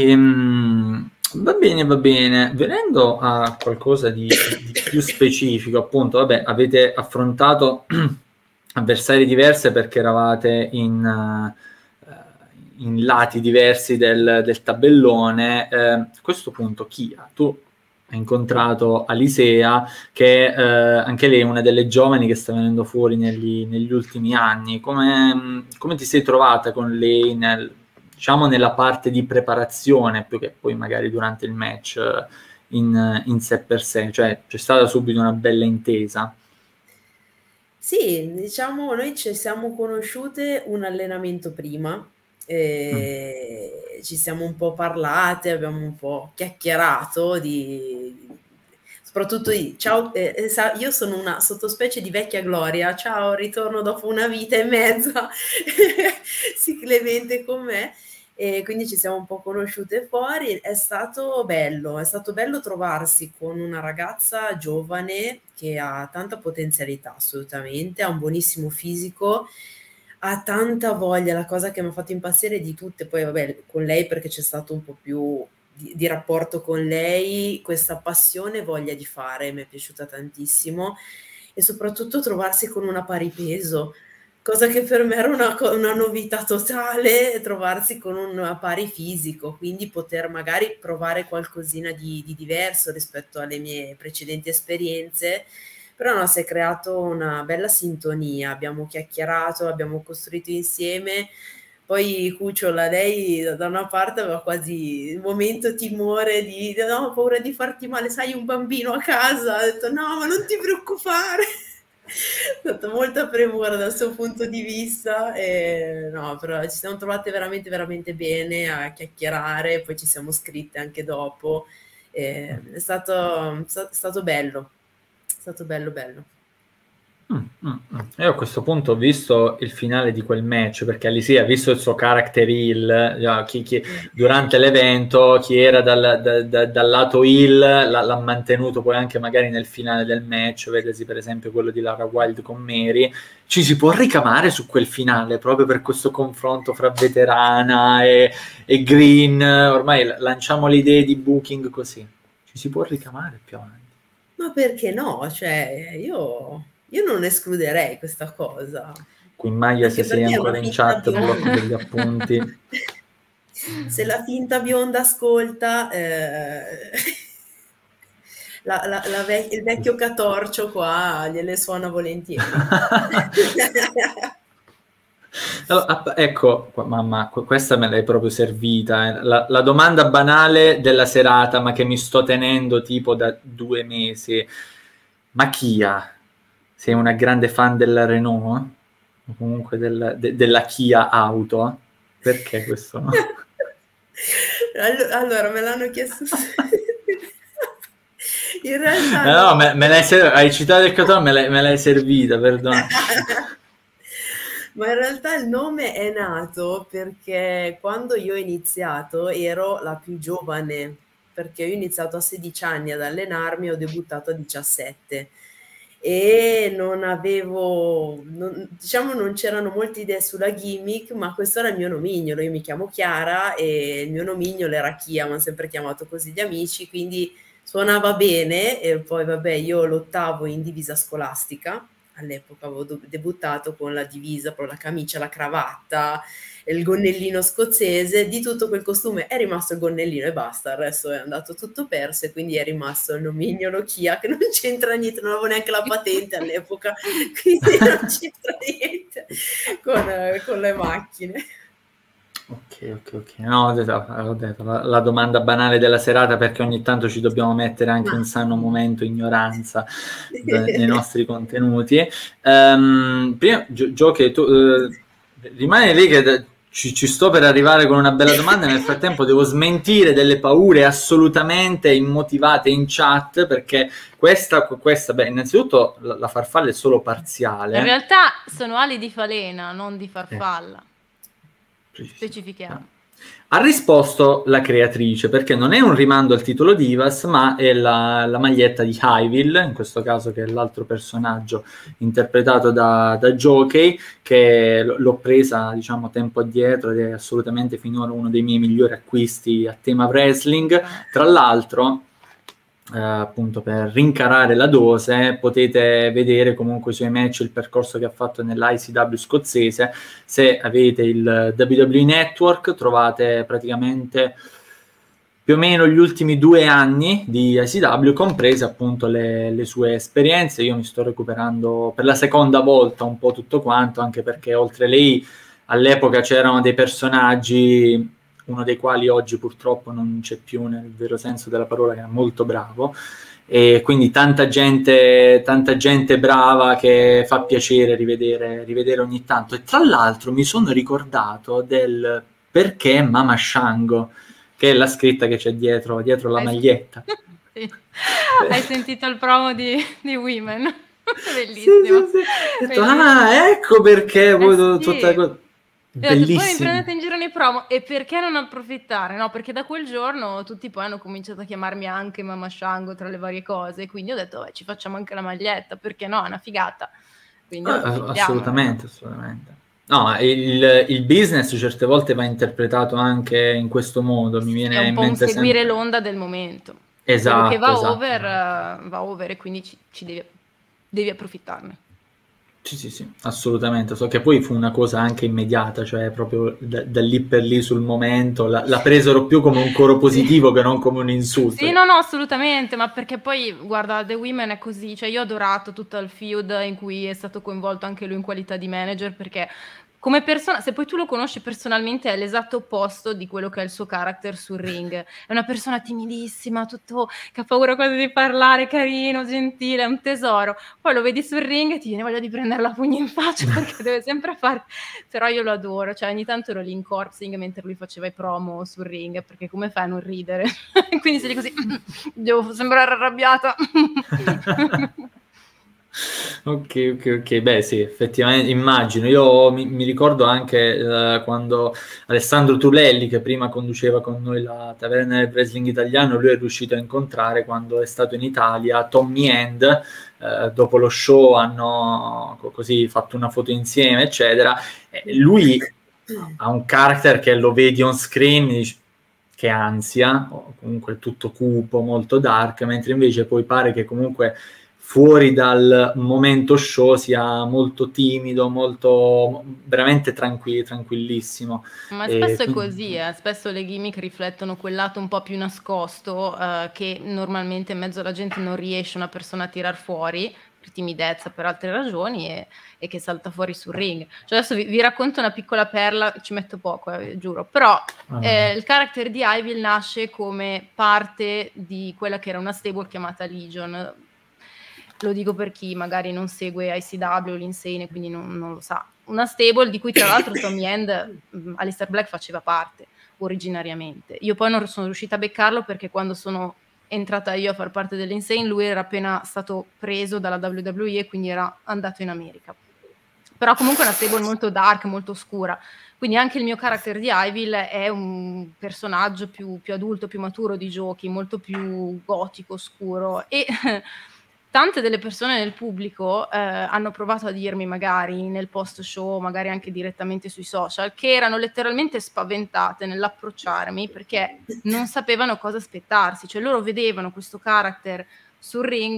Va bene. Venendo a qualcosa di più specifico, appunto, vabbè, avete affrontato avversari diverse perché eravate in lati diversi del tabellone. A questo punto, Kia, tu hai incontrato Alisea, che anche lei è una delle giovani che sta venendo fuori negli ultimi anni. Come ti sei trovata con lei diciamo nella parte di preparazione più che poi magari durante il match in sé per sé? Cioè c'è stata subito una bella intesa? Sì, diciamo, noi ci siamo conosciute un allenamento prima, ci siamo un po' parlate, abbiamo un po' chiacchierato soprattutto ciao, io sono una sottospecie di vecchia gloria, ciao, ritorno dopo una vita e mezza, sii clemente con me. E quindi ci siamo un po' conosciute fuori. È stato bello trovarsi con una ragazza giovane che ha tanta potenzialità, assolutamente, ha un buonissimo fisico, ha tanta voglia. La cosa che mi ha fatto impazzire di tutte, poi vabbè, con lei perché c'è stato un po' più di rapporto con lei, questa passione e voglia di fare mi è piaciuta tantissimo, e soprattutto trovarsi con una pari peso, cosa che per me era una novità totale, trovarsi con un pari fisico, quindi poter magari provare qualcosina di diverso rispetto alle mie precedenti esperienze. Però no, si è creato una bella sintonia, abbiamo chiacchierato, abbiamo costruito insieme. Poi Cucciola, lei da una parte aveva quasi il momento timore no, ho paura di farti male, sai, un bambino a casa. Ha detto no, ma non ti preoccupare. È stata molta premura dal suo punto di vista, e no, però ci siamo trovate veramente veramente bene a chiacchierare, poi ci siamo scritte anche dopo. È stato bello, è stato bello. E a questo punto ho visto il finale di quel match, perché Alisea ha visto il suo character heel, durante l'evento, chi era dal lato heel l'ha mantenuto poi anche magari nel finale del match, vedesi per esempio quello di Lara Wild con Mary. Ci si può ricamare su quel finale proprio per questo confronto fra veterana e Green? Ormai lanciamo le idee di booking così, ci si può ricamare più avanti? Ma perché no? Cioè, io non escluderei questa cosa. Qui Maglia, se sei ancora in chat, bionda. blocco degli appunti. Se la finta bionda ascolta, il vecchio catorcio qua gliele suona volentieri. Allora, ecco, mamma, questa me l'hai proprio servita. La domanda banale della serata, ma che mi sto tenendo tipo da 2 mesi. Ma Kia, sei una grande fan della Renault? O comunque della Kia Auto? Perché questo no? Allora, me l'hanno chiesto. In realtà no, hai citato il Catone, me l'hai servita, perdono. Ma in realtà il nome è nato perché quando io ho iniziato ero la più giovane, perché io ho iniziato a 16 anni ad allenarmi, ho debuttato a 17 e diciamo non c'erano molte idee sulla gimmick, ma questo era il mio nomignolo. Io mi chiamo Chiara e il mio nomignolo era Kia, mi hanno sempre chiamato così gli amici, quindi suonava bene. E poi vabbè, io lottavo in divisa scolastica. All'epoca avevo debuttato con la divisa, proprio la camicia, la cravatta, il gonnellino scozzese. Di tutto quel costume è rimasto il gonnellino e basta, il resto è andato tutto perso, e quindi è rimasto il nomignolo Kia, che non c'entra niente, non avevo neanche la patente all'epoca, quindi non c'entra niente con le macchine. Ok. No, ho detto la domanda banale della serata, perché ogni tanto ci dobbiamo mettere anche un sano momento ignoranza nei nostri contenuti. Prima, Gio, che tu rimani lì, che ci sto per arrivare con una bella domanda. Nel frattempo devo smentire delle paure assolutamente immotivate in chat, perché questa beh, innanzitutto la farfalla è solo parziale. In realtà sono ali di falena, non di farfalla. Specifichiamo. Ha risposto la creatrice, perché non è un rimando al titolo Divas, ma è la maglietta di Hyville, in questo caso, che è l'altro personaggio interpretato da Jockey, che l'ho presa, diciamo, tempo addietro ed è assolutamente finora uno dei miei migliori acquisti a tema wrestling. Tra l'altro, appunto, per rincarare la dose, potete vedere comunque i suoi match, il percorso che ha fatto nell'ICW scozzese. Se avete il WWE Network trovate praticamente più o meno gli ultimi 2 anni di ICW, comprese appunto le sue esperienze. Io mi sto recuperando per la seconda volta un po' tutto quanto, anche perché oltre lei all'epoca c'erano dei personaggi, uno dei quali oggi purtroppo non c'è più nel vero senso della parola, che era molto bravo, e quindi tanta gente brava che fa piacere rivedere ogni tanto. E tra l'altro mi sono ricordato del perché Mama Shango, che è la scritta che c'è dietro la maglietta. Sì. Hai sentito il promo di Women? Bellissimo. Sì. Ho detto, ecco perché voi sì. tutta la cosa. Bellissimo. Voi mi prendete in giro nei promo, e perché non approfittare? No, perché da quel giorno tutti poi hanno cominciato a chiamarmi anche Mama Shango tra le varie cose, quindi ho detto, ci facciamo anche la maglietta, perché no, è una figata. Quindi assolutamente. No, il business certe volte va interpretato anche in questo modo, mi viene in mente è un po' seguire l'onda del momento. Esatto. Quello che va over e quindi ci devi approfittarne. Sì, assolutamente. So che poi fu una cosa anche immediata, cioè proprio da lì per lì sul momento la presero più come un coro positivo che non come un insulto. Sì, no, assolutamente, ma perché poi, guarda, The Women è così, cioè io ho adorato tutto il feud in cui è stato coinvolto anche lui in qualità di manager, perché come persona, se poi tu lo conosci personalmente, è l'esatto opposto di quello che è il suo character sul ring. È una persona timidissima, tutto che ha paura quasi di parlare, carino, gentile, è un tesoro. Poi lo vedi sul ring e ti viene voglia di prendere la pugna in faccia, perché deve sempre fare. Però io lo adoro, cioè ogni tanto ero lì in corpsing mentre lui faceva i promo sul ring, perché come fai a non ridere? Quindi sei lì così, devo sembrare arrabbiata. Ok, beh sì, effettivamente immagino. Io mi ricordo anche quando Alessandro Tulelli, che prima conduceva con noi la Taverna del Wrestling Italiano, lui è riuscito a incontrare, quando è stato in Italia, Tommy End. Dopo lo show hanno così fatto una foto insieme, eccetera. Lui ha un character che lo vedi on screen, dici, che ansia, o comunque tutto cupo, molto dark, mentre invece poi pare che comunque fuori dal momento show sia molto timido, molto veramente tranquillissimo. Ma spesso è così, spesso le gimmick riflettono quel lato un po' più nascosto che normalmente in mezzo alla gente non riesce una persona a tirar fuori per timidezza, per altre ragioni, e che salta fuori sul ring. Cioè adesso vi racconto una piccola perla, ci metto poco, giuro, però il character di Hyville nasce come parte di quella che era una stable chiamata Legion. Lo dico per chi magari non segue ICW o l'Insane, quindi non lo sa. Una stable di cui tra l'altro Tommy End, Aleister Black faceva parte originariamente. Io poi non sono riuscita a beccarlo, perché quando sono entrata io a far parte dell'Insane lui era appena stato preso dalla WWE e quindi era andato in America. Però comunque è una stable molto dark, molto oscura. Quindi anche il mio character di Hyville è un personaggio più adulto, più maturo di giochi, molto più gotico, scuro, e tante delle persone nel pubblico hanno provato a dirmi, magari nel post show, magari anche direttamente sui social, che erano letteralmente spaventate nell'approcciarmi, perché non sapevano cosa aspettarsi. Cioè loro vedevano questo character sul ring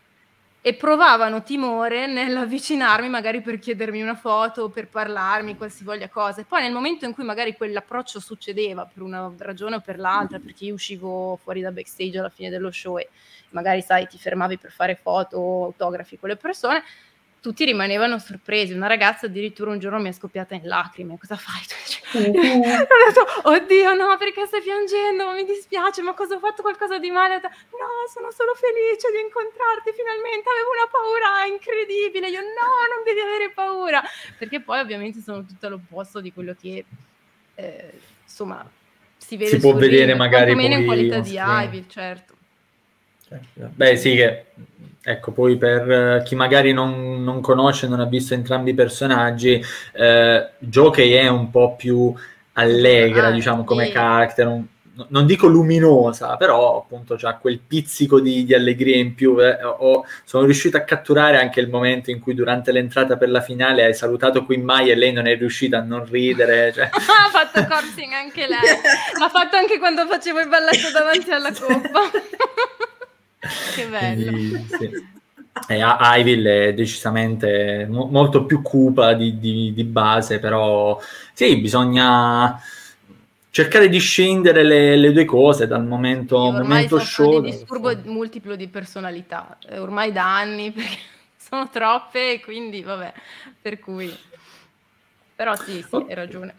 e provavano timore nell'avvicinarmi, magari per chiedermi una foto o per parlarmi, qualsivoglia cosa. E poi nel momento in cui magari quell'approccio succedeva per una ragione o per l'altra, perché io uscivo fuori da backstage alla fine dello show e magari, sai, ti fermavi per fare foto o autografi con le persone, tutti rimanevano sorpresi. Una ragazza addirittura un giorno mi è scoppiata in lacrime. Cosa fai? Ho detto, oddio, no, perché stai piangendo? Ma mi dispiace, ma cosa ho fatto? Qualcosa di male? No, sono solo felice di incontrarti finalmente, avevo una paura incredibile. Io, no, non devi avere paura, perché poi ovviamente sono tutto l'opposto di quello che insomma si vede, si può vedere ring, magari meno in qualità di Hyville, certo. Beh sì, che ecco, poi per chi magari non conosce, non ha visto entrambi i personaggi, Jockey è un po' più allegra, diciamo, come sì. character, non dico luminosa, però appunto c'ha quel pizzico di allegria in più. Sono riuscito a catturare anche il momento in cui durante l'entrata per la finale hai salutato Queen Mai e lei non è riuscita a non ridere. Cioè. Ha fatto corpsing anche lei. L'ha fatto anche quando facevo il balletto davanti alla coppa. Che bello. Quindi, sì. E Ivy è decisamente molto più cupa di base, però sì, bisogna cercare di scendere le due cose dal momento, Io ormai soffro show. di disturbo multiplo di personalità, ormai da anni, perché sono troppe, e quindi vabbè, per cui... Però sì, hai ragione.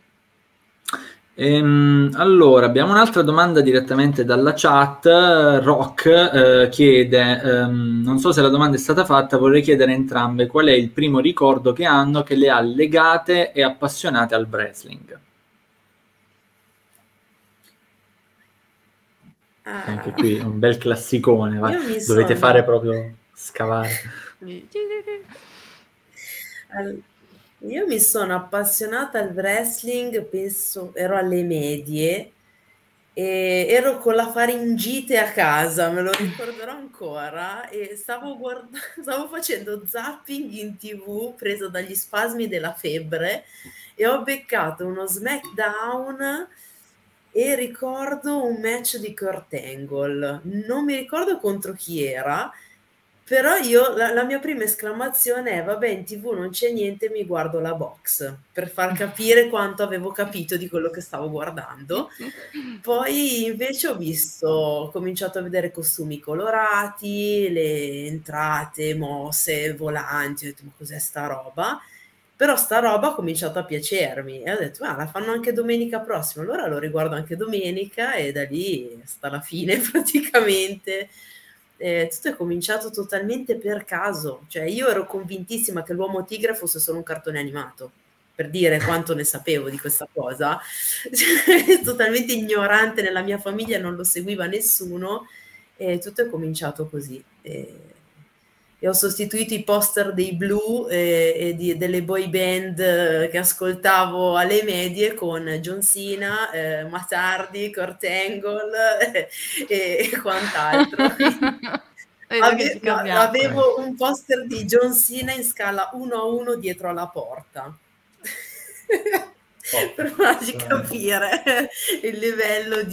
Allora, abbiamo un'altra domanda direttamente dalla chat. Rock chiede, non so se la domanda è stata fatta, vorrei chiedere a entrambe qual è il primo ricordo che hanno che le ha legate e appassionate al wrestling. Anche qui un bel classicone, dovete fare proprio scavare. Io mi sono appassionata al wrestling, penso, ero alle medie e ero con la faringite a casa, me lo ricorderò ancora, e stavo facendo zapping in TV preso dagli spasmi della febbre e ho beccato uno SmackDown e ricordo un match di Kurt Angle. Non mi ricordo contro chi era, però io la mia prima esclamazione è: vabbè, in TV non c'è niente, mi guardo la box, per far capire quanto avevo capito di quello che stavo guardando. Poi invece ho cominciato a vedere costumi colorati, le entrate, mosse, volanti, ho detto: ma cos'è sta roba? Però sta roba ha cominciato a piacermi e ho detto: la fanno anche domenica prossima, allora lo riguardo anche domenica, e da lì sta la fine praticamente. Tutto è cominciato totalmente per caso, cioè io ero convintissima che l'Uomo Tigre fosse solo un cartone animato, per dire quanto ne sapevo di questa cosa. Totalmente ignorante, nella mia famiglia non lo seguiva nessuno, e tutto è cominciato così. E ho sostituito i poster dei Blue e delle boy band che ascoltavo alle medie con John Cena, Matt Hardy, Kurt Angle e quant'altro. Avevo un poster di John Cena in scala 1:1 dietro alla porta. Per farci capire il livello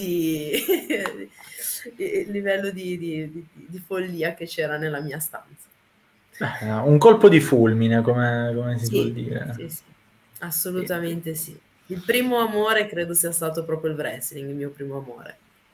di follia che c'era nella mia stanza. Un colpo di fulmine, come si può dire. Sì, assolutamente sì. Il primo amore credo sia stato proprio il wrestling, il mio primo amore.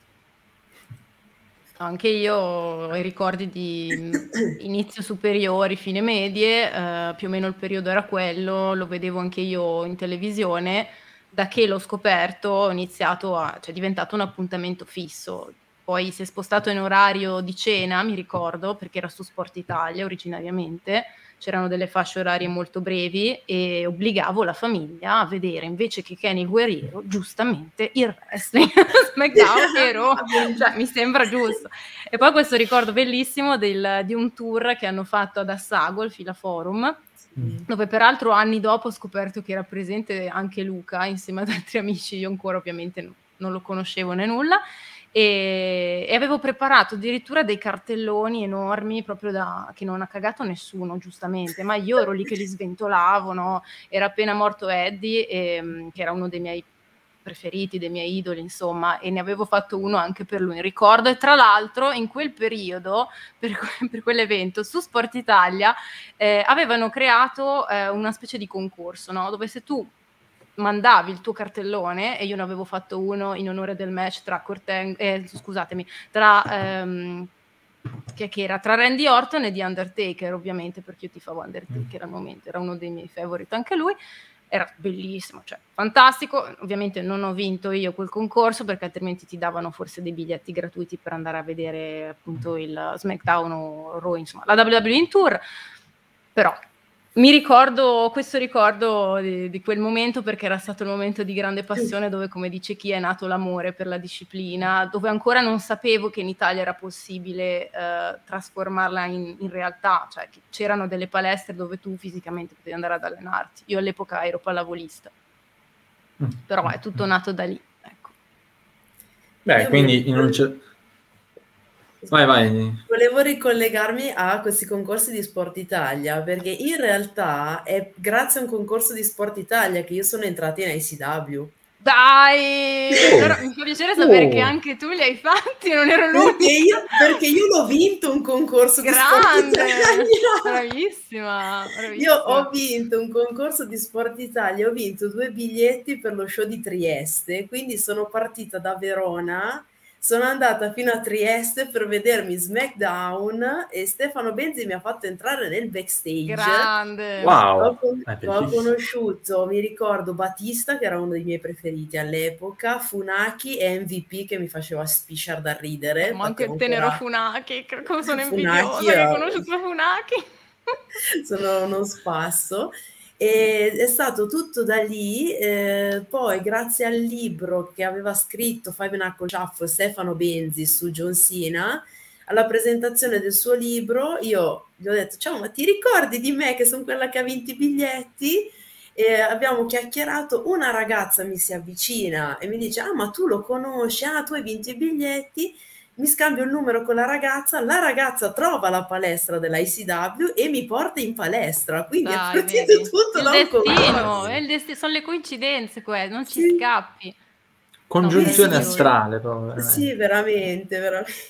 Anche io ho i ricordi di inizio superiori, fine medie, più o meno il periodo era quello, lo vedevo anche io in televisione. Da che l'ho scoperto ho iniziato cioè è diventato un appuntamento fisso. Poi si è spostato in orario di cena, mi ricordo, perché era su Sport Italia originariamente, c'erano delle fasce orarie molto brevi e obbligavo la famiglia a vedere, invece che Kenny il Guerriero, giustamente il wrestling. SmackDown, cioè, mi sembra giusto. E poi questo ricordo bellissimo di un tour che hanno fatto ad Assago, al Fila Forum, dove peraltro anni dopo ho scoperto che era presente anche Luca insieme ad altri amici. Io ancora ovviamente non lo conoscevo né nulla, e avevo preparato addirittura dei cartelloni enormi proprio che non ha cagato nessuno, giustamente, ma io ero lì che li sventolavo, no? Era appena morto Eddie, che era uno dei miei preferiti, dei miei idoli, insomma, e ne avevo fatto uno anche per lui in ricordo. E tra l'altro in quel periodo, per quell'evento, su Sport Italia avevano creato una specie di concorso, no? Dove se tu mandavi il tuo cartellone, e io ne avevo fatto uno in onore del match tra che era tra Randy Orton e The Undertaker, ovviamente, perché io tifavo Undertaker al momento, era uno dei miei favoriti anche lui. Era bellissimo, cioè fantastico. Ovviamente non ho vinto io quel concorso, perché altrimenti ti davano forse dei biglietti gratuiti per andare a vedere appunto il SmackDown o Raw, insomma la WWE in tour. Però mi ricordo questo ricordo di quel momento, perché era stato il momento di grande passione, dove, come dice Chi, è nato l'amore per la disciplina, dove ancora non sapevo che in Italia era possibile trasformarla in realtà, cioè che c'erano delle palestre dove tu fisicamente potevi andare ad allenarti. Io all'epoca ero pallavolista. Però è tutto nato da lì, ecco. Beh, quindi in un vai. Volevo ricollegarmi a questi concorsi di Sport Italia, perché in realtà è grazie a un concorso di Sport Italia che io sono entrata in ICW. Dai! Allora, mi fa piacere sapere che anche tu li hai fatti, non ero l'unica. Perché io l'ho vinto un concorso di Sport Italia. Bravissima. Io ho vinto un concorso di Sport Italia, ho vinto 2 biglietti per lo show di Trieste, quindi sono partita da Verona, sono andata fino a Trieste per vedermi SmackDown e Stefano Benzi mi ha fatto entrare nel backstage. Grande! Wow! Ho conosciuto, mi ricordo, Batista, che era uno dei miei preferiti all'epoca, Funaki e MVP che mi faceva spisciare da ridere. Ma anche il tenero Funaki, come sono invidiosa che ho conosciuto Funaki! Sono uno spasso. E è stato tutto da lì, poi grazie al libro che aveva scritto Five Knuckle Shuffle Stefano Benzi su John Cena, alla presentazione del suo libro io gli ho detto: ciao, ma ti ricordi di me che sono quella che ha vinto i biglietti? E abbiamo chiacchierato, una ragazza mi si avvicina e mi dice: ah, ma tu lo conosci, ah, tu hai vinto i biglietti. Mi scambio il numero con la ragazza trova la palestra dell'ICW e mi porta in palestra, quindi è partito tutto da un concorso. Sono le coincidenze, non ci scappi. Congiunzione astrale proprio. Sì, veramente.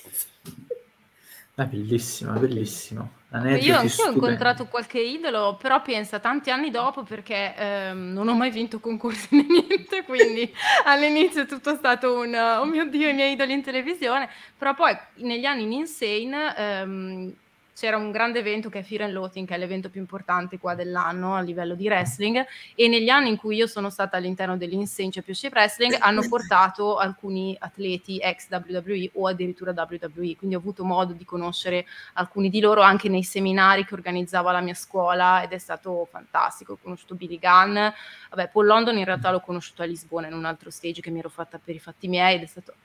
È bellissimo. Io anch'io ho incontrato qualche idolo, però pensa tanti anni dopo, perché non ho mai vinto concorsi né niente, quindi all'inizio è tutto stato oh mio Dio, i miei idoli in televisione, però poi negli anni in Insane c'era un grande evento che è Fear and Loathing, che è l'evento più importante qua dell'anno a livello di wrestling, e negli anni in cui io sono stata all'interno dell'Insane Championship Wrestling hanno portato alcuni atleti ex WWE o addirittura WWE, quindi ho avuto modo di conoscere alcuni di loro anche nei seminari che organizzava la mia scuola ed è stato fantastico. Ho conosciuto Billy Gunn, vabbè, Paul London in realtà l'ho conosciuto a Lisbona in un altro stage che mi ero fatta per i fatti miei ed è stato...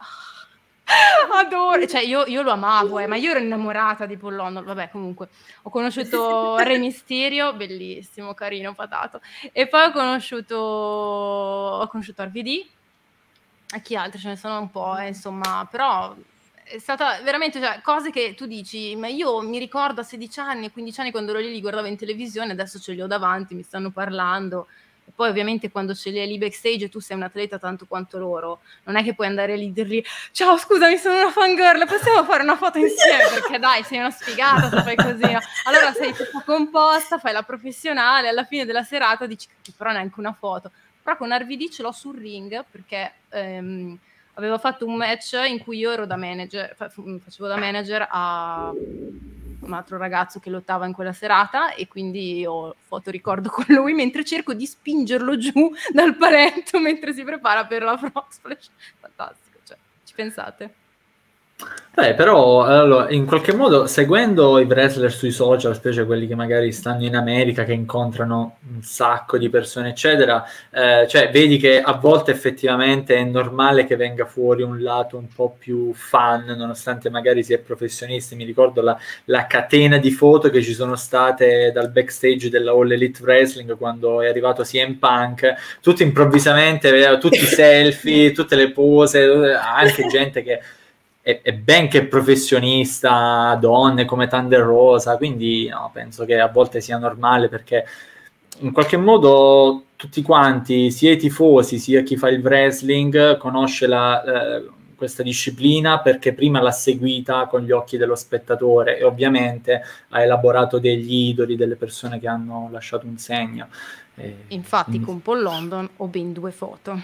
adoro, cioè io lo amavo, ma io ero innamorata di Paul London. Vabbè, comunque ho conosciuto Re Mysterio, bellissimo, carino, patato, e poi ho conosciuto RVD, e chi altri, ce ne sono un po', insomma, però è stata veramente, cioè, cose che tu dici, ma io mi ricordo a 16 anni, 15 anni quando ero lì li guardavo in televisione, adesso ce li ho davanti, mi stanno parlando. E poi ovviamente quando ce li hai lì backstage e tu sei un atleta tanto quanto loro, non è che puoi andare lì e dirgli: ciao, scusami, sono una fangirl, possiamo fare una foto insieme? Perché dai, sei una sfigata se fai così, no? Allora sei tutta composta, fai la professionale, alla fine della serata dici che però neanche una foto. Però con RVD ce l'ho sul ring perché avevo fatto un match in cui io ero da manager, facevo da manager a un altro ragazzo che lottava in quella serata e quindi ho fotoricordo con lui mentre cerco di spingerlo giù dal paletto mentre si prepara per la frog splash. Fantastico, cioè, ci pensate? Beh, però allora, in qualche modo seguendo i wrestler sui social, specie quelli che magari stanno in America, che incontrano un sacco di persone eccetera, cioè vedi che a volte effettivamente è normale che venga fuori un lato un po' più fan, nonostante magari si è professionisti. Mi ricordo la catena di foto che ci sono state dal backstage della All Elite Wrestling quando è arrivato CM Punk, tutti improvvisamente, tutti i selfie, tutte le pose, anche gente che è ben che professionista, donne come Thunder Rosa, quindi no, penso che a volte sia normale, perché in qualche modo tutti quanti, sia i tifosi sia chi fa il wrestling, conosce questa disciplina perché prima l'ha seguita con gli occhi dello spettatore e ovviamente ha elaborato degli idoli, delle persone che hanno lasciato un segno. Infatti con Paul London ho ben 2 foto.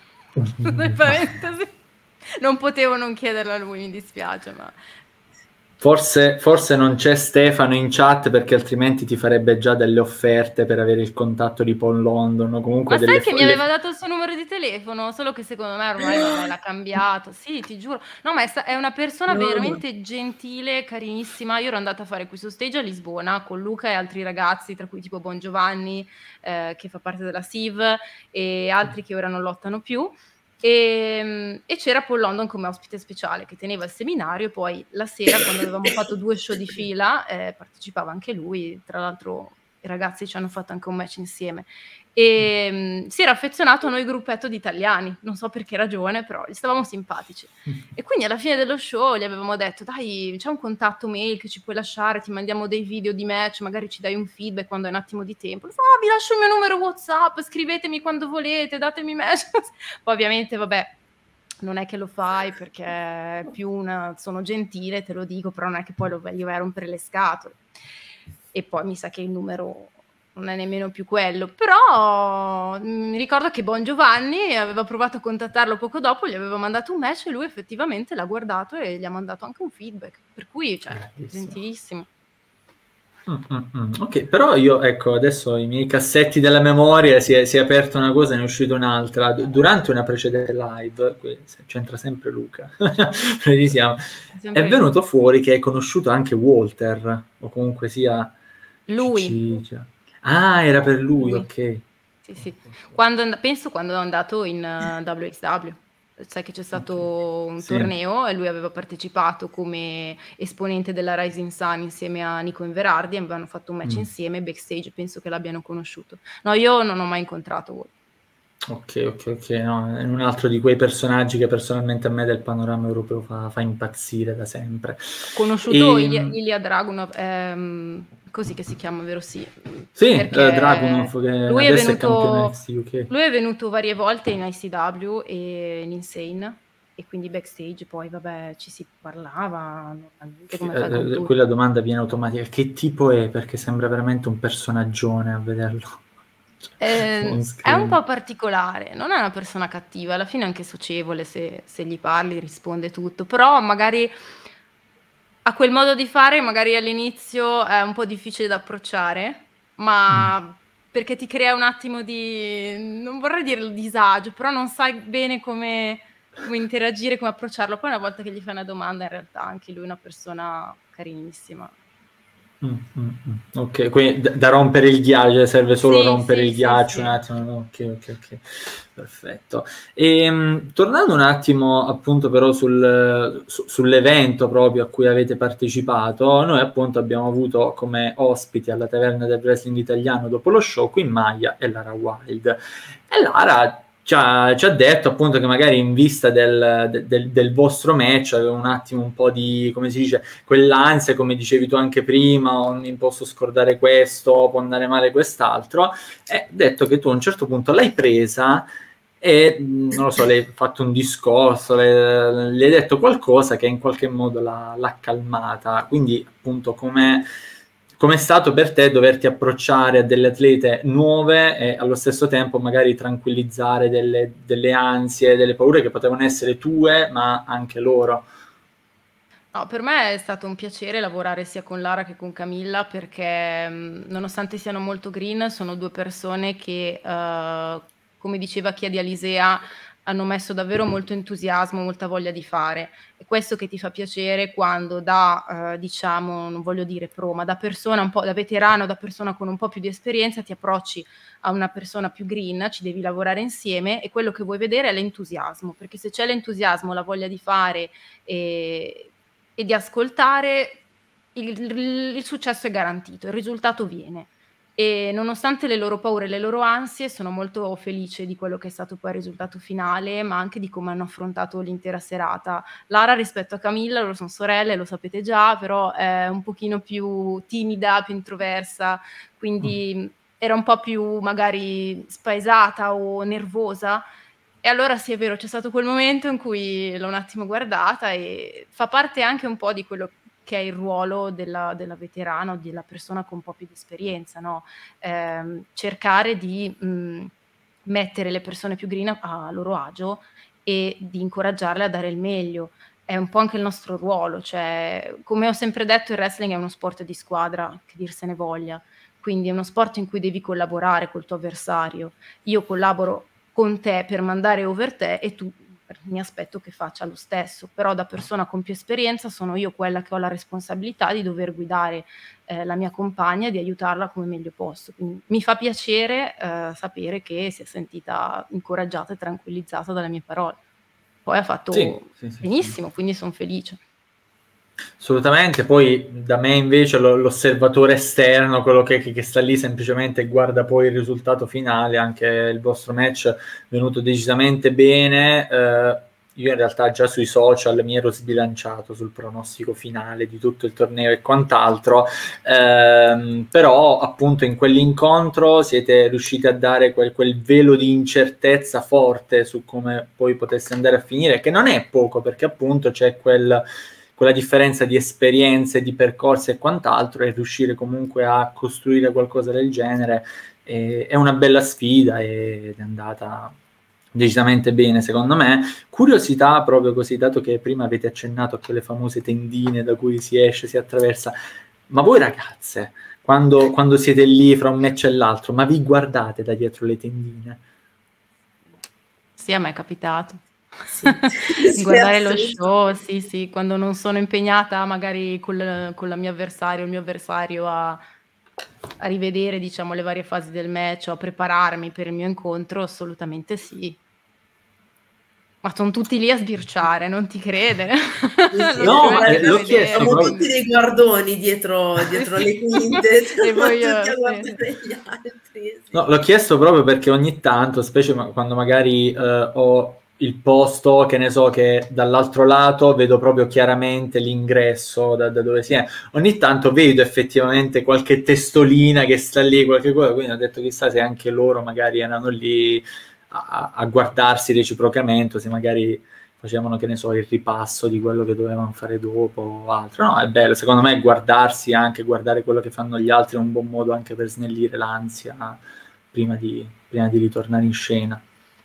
Parentesi. Non potevo non chiederlo a lui, mi dispiace, ma... Forse non c'è Stefano in chat perché altrimenti ti farebbe già delle offerte per avere il contatto di Paul London o comunque ma sai che mi aveva dato il suo numero di telefono, solo che secondo me ormai l'ha cambiato. Sì, ti giuro. No, ma è una persona veramente gentile, carinissima. Io ero andata a fare questo stage a Lisbona con Luca e altri ragazzi, tra cui tipo Bon Giovanni, che fa parte della SIV, e altri che ora non lottano più. E c'era Paul London come ospite speciale che teneva il seminario, e poi la sera quando avevamo fatto 2 show di fila partecipava anche lui, tra l'altro i ragazzi ci hanno fatto anche un match insieme, e si era affezionato a noi gruppetto di italiani, non so per che ragione, però gli stavamo simpatici. E quindi alla fine dello show gli avevamo detto: dai, c'è un contatto mail che ci puoi lasciare, ti mandiamo dei video di match, magari ci dai un feedback quando hai un attimo di tempo. Lui fa: vi lascio il mio numero WhatsApp, scrivetemi quando volete, datemi match. Poi ovviamente, vabbè, non è che lo fai perché è più sono gentile, te lo dico, però non è che poi lo voglio rompere le scatole. E poi mi sa che il numero non è nemmeno più quello, però mi ricordo che Bon Giovanni aveva provato a contattarlo poco dopo, gli aveva mandato un match e lui effettivamente l'ha guardato e gli ha mandato anche un feedback, per cui, cioè, gentilissimo. Ok, però io, ecco, adesso i miei cassetti della memoria si è aperta una cosa e ne è uscita un'altra. Durante una precedente live, qui c'entra sempre Luca, è venuto fuori che hai conosciuto anche Walter, o comunque sia... Lui. Ah, era per lui, ok. Sì. Penso quando è andato in WXW. Sai che c'è stato un torneo e lui aveva partecipato come esponente della Rising Sun insieme a Nico Inverardi, avevano fatto un match insieme backstage, penso che l'abbiano conosciuto. No, io non ho mai incontrato lui. Ok, no, è un altro di quei personaggi che personalmente a me del panorama europeo fa impazzire da sempre. Ho conosciuto Ilya Dragunov, così che si chiama, vero? Sì, Dragunov, che lui adesso è campione NXT UK. Lui è venuto varie volte in ICW e in Insane, e quindi backstage poi, vabbè, ci si parlava normalmente come fai con tutti. Qui la domanda viene automatica: che tipo è? Perché sembra veramente un personaggione a vederlo. È un po' particolare, non è una persona cattiva, alla fine è anche socievole, se gli parli risponde tutto, però magari ha quel modo di fare, magari all'inizio è un po' difficile da approcciare, ma perché ti crea un attimo di, non vorrei dire il disagio, però non sai bene come interagire, come approcciarlo. Poi una volta che gli fai una domanda, in realtà anche lui è una persona carinissima. Ok, quindi da rompere il ghiaccio, serve solo rompere il ghiaccio un attimo. Ok, perfetto. E tornando un attimo appunto però sull'evento proprio a cui avete partecipato, noi appunto abbiamo avuto come ospiti alla Taverna del Wrestling Italiano dopo lo show Queen Maya e Lara Wild, e Lara ci ha detto appunto che magari in vista del vostro match aveva un attimo un po' di, come si dice, quell'ansia, come dicevi tu anche prima, non posso scordare questo, può andare male quest'altro, e ha detto che tu a un certo punto l'hai presa e, non lo so, le hai fatto un discorso, le hai detto qualcosa che in qualche modo l'ha calmata, quindi appunto com'è stato per te doverti approcciare a delle atlete nuove e allo stesso tempo magari tranquillizzare delle ansie, delle paure che potevano essere tue, ma anche loro? No, per me è stato un piacere lavorare sia con Lara che con Camilla, perché nonostante siano molto green, sono due persone che, come diceva Chiedi Alisea, hanno messo davvero molto entusiasmo, molta voglia di fare. E questo che ti fa piacere quando diciamo, non voglio dire pro, ma da persona un po', da veterano, da persona con un po' più di esperienza, ti approcci a una persona più green, ci devi lavorare insieme, e quello che vuoi vedere è l'entusiasmo, perché se c'è l'entusiasmo, la voglia di fare e di ascoltare, il successo è garantito, il risultato viene. E nonostante le loro paure e le loro ansie, sono molto felice di quello che è stato poi il risultato finale, ma anche di come hanno affrontato l'intera serata. Lara rispetto a Camilla, loro sono sorelle, lo sapete già, però è un pochino più timida, più introversa, quindi era un po' più magari spaesata o nervosa. E allora sì, è vero, c'è stato quel momento in cui l'ho un attimo guardata, e fa parte anche un po' di quello che è il ruolo della veterana o della persona con un po' più di esperienza, no? Cercare di mettere le persone più green a loro agio e di incoraggiarle a dare il meglio. È un po' anche il nostro ruolo, cioè, come ho sempre detto, il wrestling è uno sport di squadra, che dir se ne voglia, quindi è uno sport in cui devi collaborare col tuo avversario. Io collaboro con te per mandare over te e tu mi aspetto che faccia lo stesso, però da persona con più esperienza sono io quella che ho la responsabilità di dover guidare la mia compagna e di aiutarla come meglio posso. Quindi mi fa piacere sapere che si è sentita incoraggiata e tranquillizzata dalle mie parole. Poi ha fatto benissimo, quindi sono felice. Assolutamente, poi da me invece l'osservatore esterno, quello che sta lì semplicemente guarda poi il risultato finale, anche il vostro match è venuto decisamente bene. Io in realtà già sui social mi ero sbilanciato sul pronostico finale di tutto il torneo e quant'altro, però appunto in quell'incontro siete riusciti a dare quel velo di incertezza forte su come poi potesse andare a finire, che non è poco, perché appunto c'è quella differenza di esperienze, di percorsi e quant'altro, e riuscire comunque a costruire qualcosa del genere è una bella sfida ed è andata decisamente bene secondo me. Curiosità proprio così, dato che prima avete accennato a quelle famose tendine da cui si esce, si attraversa, ma voi ragazze, quando siete lì fra un match e l'altro, ma vi guardate da dietro le tendine? Sì, a me è capitato. Sì. Guardare lo show, sì, quando non sono impegnata magari con la mia avversario, il mio avversario a rivedere, diciamo, le varie fasi del match o a prepararmi per il mio incontro, assolutamente sì. Ma sono tutti lì a sbirciare, non ti credere? No, ma l'ho chiesto siamo tutti dei guardoni dietro le quinte, e voi tutti a guardare gli altri. Sì. No, l'ho chiesto proprio perché ogni tanto, specie quando magari ho il posto, che ne so, che dall'altro lato vedo proprio chiaramente l'ingresso da dove si è, ogni tanto vedo effettivamente qualche testolina che sta lì, qualche cosa, quindi ho detto chissà se anche loro magari erano lì a guardarsi reciprocamente, o se magari facevano, che ne so, il ripasso di quello che dovevano fare dopo o altro. No, è bello, secondo me guardarsi, anche guardare quello che fanno gli altri è un buon modo anche per snellire l'ansia prima di ritornare in scena.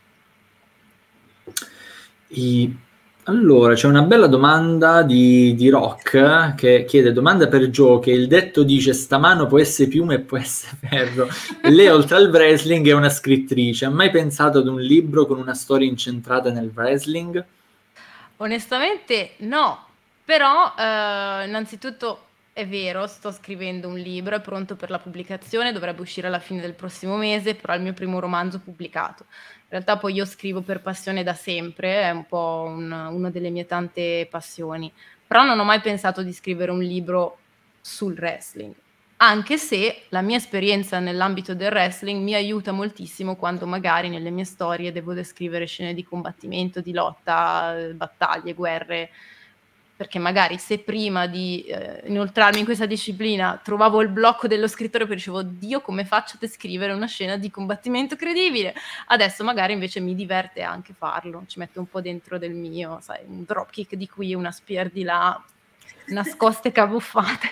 Allora, c'è una bella domanda di Rock che chiede: domanda per Gio, che il detto dice sta mano può essere piuma e può essere ferro. Lei, oltre al wrestling, è una scrittrice. Ha mai pensato ad un libro con una storia incentrata nel wrestling? Onestamente no, però innanzitutto è vero, sto scrivendo un libro, è pronto per la pubblicazione, dovrebbe uscire alla fine del prossimo mese, però è il mio primo romanzo pubblicato. In realtà poi io scrivo per passione da sempre, è un po' una delle mie tante passioni, però non ho mai pensato di scrivere un libro sul wrestling. Anche se la mia esperienza nell'ambito del wrestling mi aiuta moltissimo quando magari nelle mie storie devo descrivere scene di combattimento, di lotta, battaglie, guerre, perché magari se prima di inoltrarmi in questa disciplina trovavo il blocco dello scrittore e poi dicevo Dio, come faccio a descrivere una scena di combattimento credibile, adesso magari invece mi diverte anche farlo, ci metto un po' dentro del mio, sai, un dropkick di qui, una spear di là, nascoste camuffate.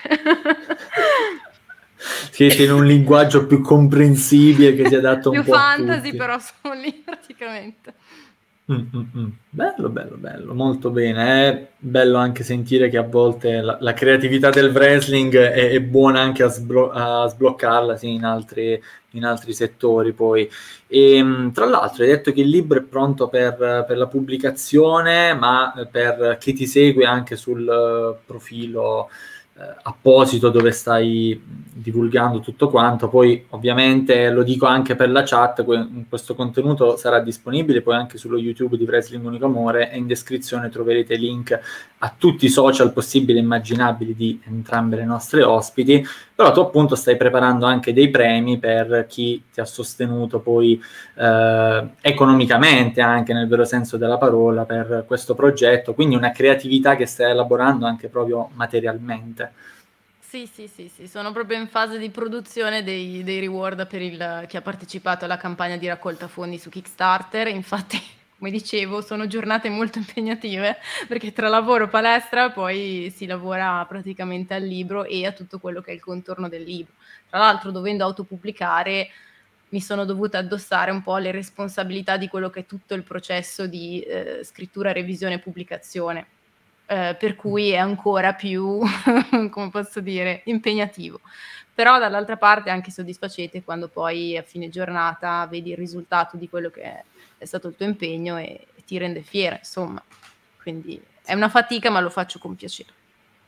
Siete in un linguaggio più comprensibile che si adatta un più po' a fantasy, tutti. però sono lì praticamente. Bello, molto bene. È bello anche sentire che a volte la creatività del wrestling è buona anche a sbloccarla, sì, in altri settori poi. Tra l'altro hai detto che il libro è pronto per la pubblicazione, ma per chi ti segue anche sul profilo apposito dove stai divulgando tutto quanto. Poi ovviamente lo dico anche per la chat, questo contenuto sarà disponibile poi anche sullo YouTube di Wrestling Unico Amore, e in descrizione troverete link a tutti i social possibili e immaginabili di entrambe le nostre ospiti. Però tu appunto stai preparando anche dei premi per chi ti ha sostenuto poi economicamente, anche nel vero senso della parola, per questo progetto, quindi una creatività che stai elaborando anche proprio materialmente. Sì, sono proprio in fase di produzione dei reward per chi ha partecipato alla campagna di raccolta fondi su Kickstarter. Infatti, come dicevo, sono giornate molto impegnative perché tra lavoro, palestra, poi si lavora praticamente al libro e a tutto quello che è il contorno del libro. Tra l'altro, dovendo autopubblicare, mi sono dovuta addossare un po' le responsabilità di quello che è tutto il processo di scrittura, revisione e pubblicazione. Per cui è ancora più, come posso dire, impegnativo. Però dall'altra parte è anche soddisfacente quando poi a fine giornata vedi il risultato di quello che è stato il tuo impegno e ti rende fiera, insomma. Quindi è una fatica, ma lo faccio con piacere.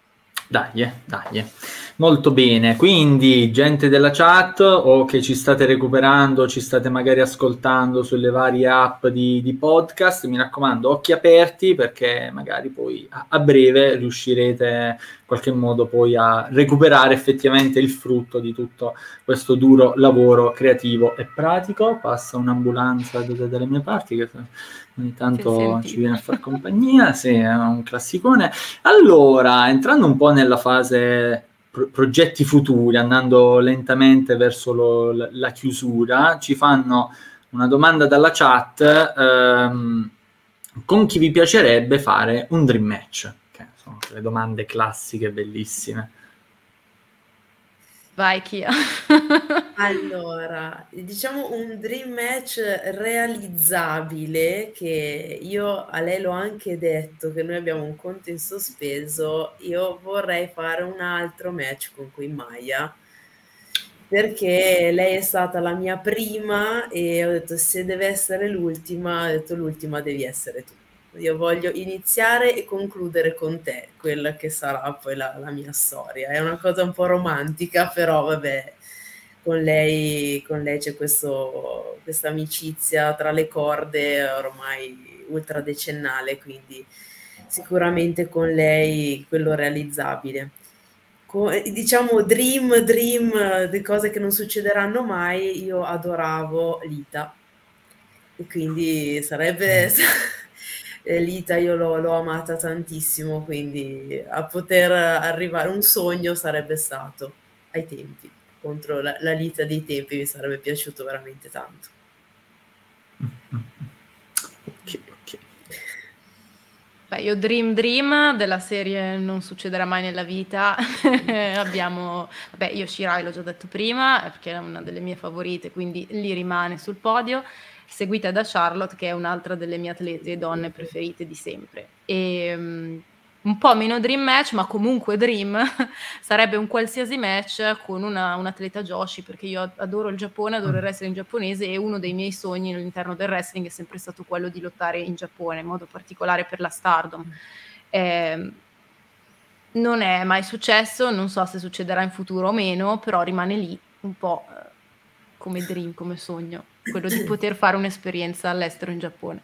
Dai, dai. Molto bene, quindi gente della chat o che ci state recuperando, ci state magari ascoltando sulle varie app di podcast, mi raccomando, occhi aperti perché magari poi a breve riuscirete in qualche modo poi a recuperare effettivamente il frutto di tutto questo duro lavoro creativo e pratico. Passa un'ambulanza dalle mie parti che ogni tanto ci viene a far compagnia, sì, è un classicone. Allora, entrando un po' nella fase progetti futuri, andando lentamente verso la chiusura, ci fanno una domanda dalla chat, con chi vi piacerebbe fare un dream match? Che sono le domande classiche, bellissime. Vai, Kia. Allora, diciamo un dream match realizzabile, che io a lei l'ho anche detto che noi abbiamo un conto in sospeso. Io vorrei fare un altro match con Queen Maya, perché lei è stata la mia prima e ho detto se deve essere l'ultima, ho detto l'ultima devi essere tu. Io voglio iniziare e concludere con te quella che sarà poi la mia storia. È una cosa un po' romantica, però vabbè, con lei c'è questa amicizia tra le corde ormai ultradecennale, quindi sicuramente con lei quello realizzabile. Diciamo dream, di cose che non succederanno mai, io adoravo Lita e quindi sarebbe Lita, io l'ho amata tantissimo, quindi a poter arrivare, un sogno sarebbe stato ai tempi, contro la Lita dei tempi mi sarebbe piaciuto veramente tanto. Ok. Beh, io Dream della serie Non succederà mai nella vita. Abbiamo, vabbè, io Shirai l'ho già detto prima, perché è una delle mie favorite, quindi lì rimane sul podio, seguita da Charlotte, che è un'altra delle mie atlete donne preferite di sempre. E un po' meno dream match, ma comunque dream, sarebbe un qualsiasi match con un'atleta Joshi, perché io adoro il Giappone, adoro il wrestling giapponese e uno dei miei sogni all'interno del wrestling è sempre stato quello di lottare in Giappone, in modo particolare per la Stardom. Non è mai successo, non so se succederà in futuro o meno, però rimane lì un po' come dream, come sogno, quello di poter fare un'esperienza all'estero in Giappone.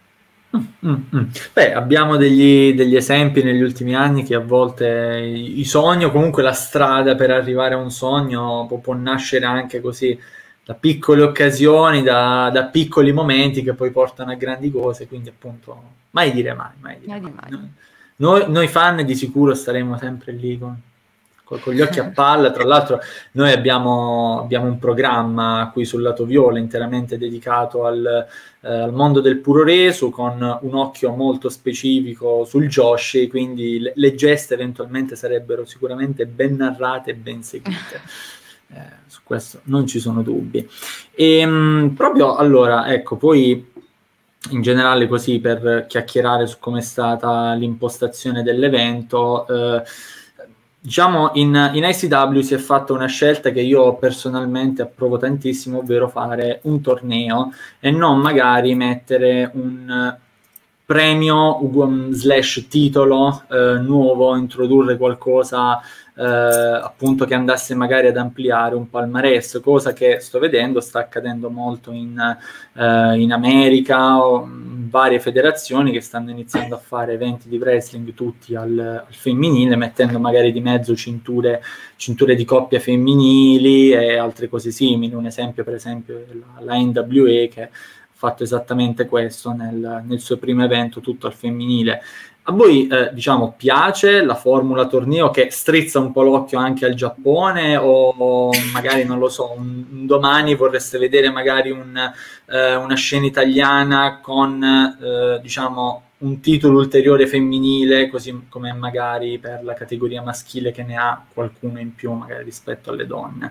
Beh, abbiamo degli esempi negli ultimi anni che a volte i sogni o comunque la strada per arrivare a un sogno può nascere anche così da piccole occasioni, da piccoli momenti che poi portano a grandi cose, quindi appunto mai dire mai, mai dire mai. Noi fan di sicuro staremo sempre lì con gli occhi a palla. Tra l'altro noi abbiamo un programma qui sul lato viola interamente dedicato al mondo del puroresu, con un occhio molto specifico sul Joshi, quindi le geste eventualmente sarebbero sicuramente ben narrate e ben seguite. Su questo non ci sono dubbi. Proprio allora, ecco, poi in generale così per chiacchierare su come è stata l'impostazione dell'evento, diciamo in ICW si è fatta una scelta che io personalmente approvo tantissimo, ovvero fare un torneo e non magari mettere un premio / titolo nuovo, introdurre qualcosa appunto che andasse magari ad ampliare un palmarès, cosa che sto vedendo sta accadendo molto in America, varie federazioni che stanno iniziando a fare eventi di wrestling tutti al femminile, mettendo magari di mezzo cinture di coppia femminili e altre cose simili. Un esempio per esempio la NWA che ha fatto esattamente questo nel suo primo evento tutto al femminile. A voi, diciamo, piace la formula torneo che strizza un po' l'occhio anche al Giappone, o magari, non lo so, un domani vorreste vedere magari una scena italiana con, diciamo, un titolo ulteriore femminile, così come magari per la categoria maschile che ne ha qualcuno in più magari rispetto alle donne?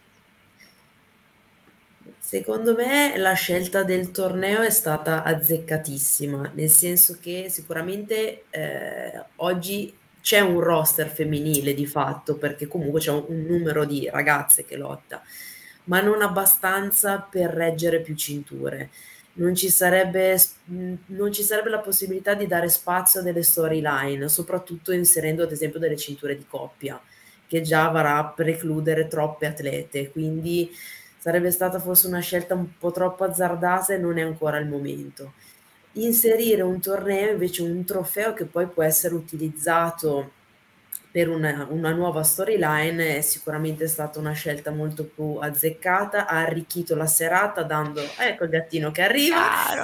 Secondo me la scelta del torneo è stata azzeccatissima, nel senso che sicuramente oggi c'è un roster femminile di fatto, perché comunque c'è un numero di ragazze che lotta, ma non abbastanza per reggere più cinture. non ci sarebbe la possibilità di dare spazio a delle storyline, soprattutto inserendo ad esempio delle cinture di coppia, che già varrà a precludere troppe atlete, quindi sarebbe stata forse una scelta un po' troppo azzardata e non è ancora il momento. Inserire un torneo, invece un trofeo che poi può essere utilizzato per una nuova storyline, è sicuramente stata una scelta molto più azzeccata, ha arricchito la serata dando, ecco il gattino che arriva,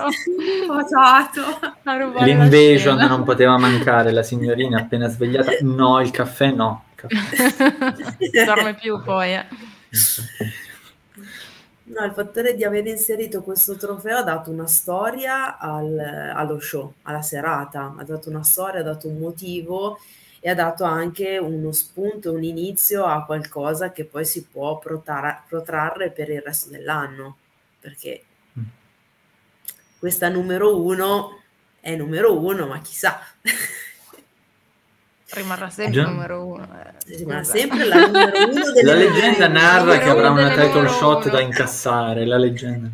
l'invasion non poteva mancare, la signorina appena svegliata, no, il caffè no. Non dorme più poi, No, il fattore di aver inserito questo trofeo ha dato una storia allo show, alla serata, ha dato una storia, ha dato un motivo e ha dato anche uno spunto, un inizio a qualcosa che poi si può protrarre per il resto dell'anno, perché questa numero 1 è numero 1, ma chissà. Rimarrà sempre numero 1. Rimarrà sempre la numero 1 delle La leggenda narra che avrà una title shot da incassare, la leggenda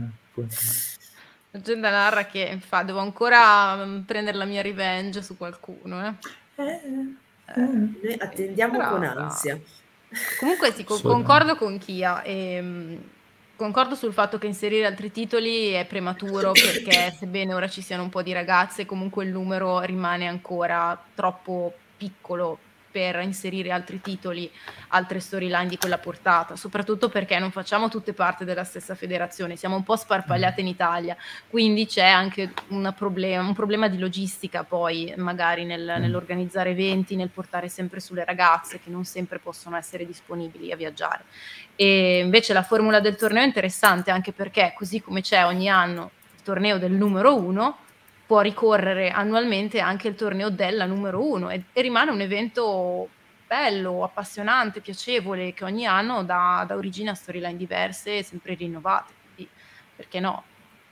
narra che devo ancora prendere la mia revenge su qualcuno. Noi attendiamo con ansia. Comunque sì, concordo con Kia concordo sul fatto che inserire altri titoli è prematuro, perché sebbene ora ci siano un po' di ragazze, comunque il numero rimane ancora troppo piccolo per inserire altri titoli, altre storyline di quella portata, soprattutto perché non facciamo tutte parte della stessa federazione, siamo un po' sparpagliate in Italia, quindi c'è anche un problema di logistica poi magari nell'organizzare eventi, nel portare sempre sulle ragazze che non sempre possono essere disponibili a viaggiare. E invece la formula del torneo è interessante, anche perché così come c'è ogni anno il torneo del numero 1, può ricorrere annualmente anche il torneo della numero 1 e rimane un evento bello, appassionante, piacevole, che ogni anno dà origine a storyline diverse e sempre rinnovate, quindi perché no?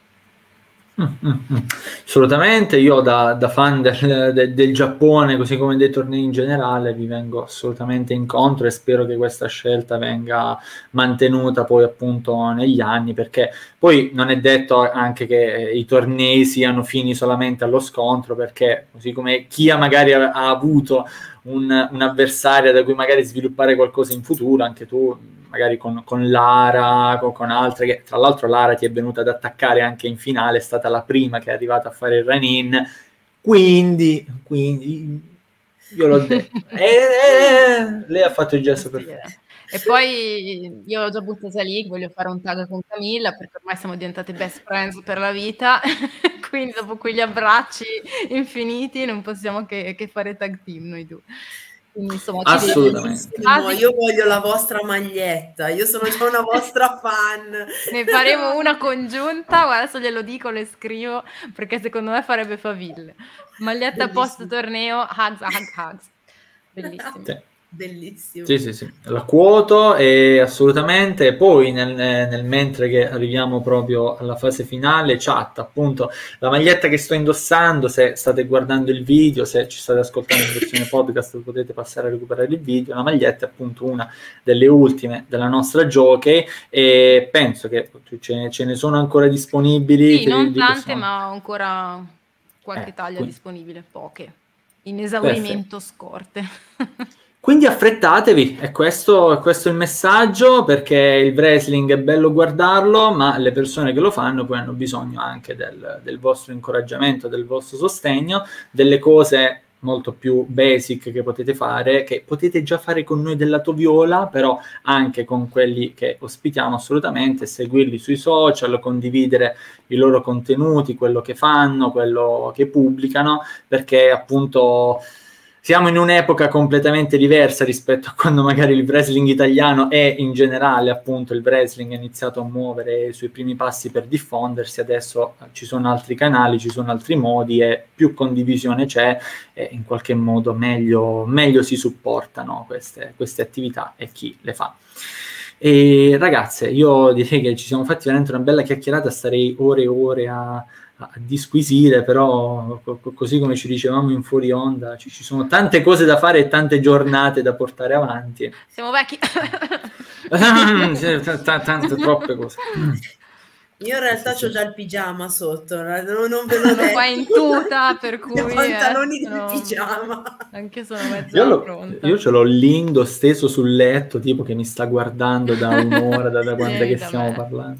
Assolutamente, io da fan del Giappone, così come dei tornei in generale, vi vengo assolutamente incontro e spero che questa scelta venga mantenuta poi appunto negli anni, perché poi non è detto anche che i tornei siano fini solamente allo scontro, perché così come chi magari ha avuto un'avversaria da cui magari sviluppare qualcosa in futuro, anche tu magari con Lara, con altre, che tra l'altro Lara ti è venuta ad attaccare anche in finale, è stata la prima che è arrivata a fare il run-in, quindi io l'ho detto, lei ha fatto il gesto perfetto. E poi io ho già buttato lì, voglio fare un tag con Camilla, perché ormai siamo diventate best friends per la vita, quindi dopo quegli abbracci infiniti non possiamo che fare tag team noi due. Quindi, insomma, assolutamente. Io voglio la vostra maglietta, io sono già una vostra fan. Ne faremo una congiunta, adesso glielo dico, le scrivo, perché secondo me farebbe faville. Maglietta post torneo, hugs. Bellissimo. Sì. Bellissimo. Sì, la quoto e assolutamente. Poi nel mentre che arriviamo proprio alla fase finale, chat, appunto, la maglietta che sto indossando, se state guardando il video, se ci state ascoltando in versione podcast, potete passare a recuperare il video. La maglietta è appunto una delle ultime della nostra Jockey e penso che ce ne sono ancora disponibili. Sì, non tante, ma ancora qualche taglia disponibile, poche, in esaurimento. Perfetto. Scorte. Quindi affrettatevi, è questo il messaggio, perché il wrestling è bello guardarlo, ma le persone che lo fanno poi hanno bisogno anche del vostro incoraggiamento, del vostro sostegno, delle cose molto più basic che potete fare, che potete già fare con noi del Lato Viola, però anche con quelli che ospitiamo assolutamente, seguirli sui social, condividere i loro contenuti, quello che fanno, quello che pubblicano, perché appunto siamo in un'epoca completamente diversa rispetto a quando magari il wrestling italiano e in generale appunto il wrestling ha iniziato a muovere i suoi primi passi per diffondersi. Adesso ci sono altri canali, ci sono altri modi e più condivisione c'è e in qualche modo meglio si supportano queste attività e chi le fa. E ragazze, io direi che ci siamo fatti veramente una bella chiacchierata, starei ore e ore a disquisire, però così come ci dicevamo in fuori onda, ci sono tante cose da fare e tante giornate da portare avanti. Siamo vecchi. Tante troppe cose. Io in realtà Sì. C'ho già il pigiama sotto, non ve l'ho Sono detto. qua in tuta, per cui... I pantaloni del sono- pigiama. Anche sono mezza pronta. Io ce l'ho lindo steso sul letto, tipo che mi sta guardando da un'ora, da quando è che Da stiamo me. parlando.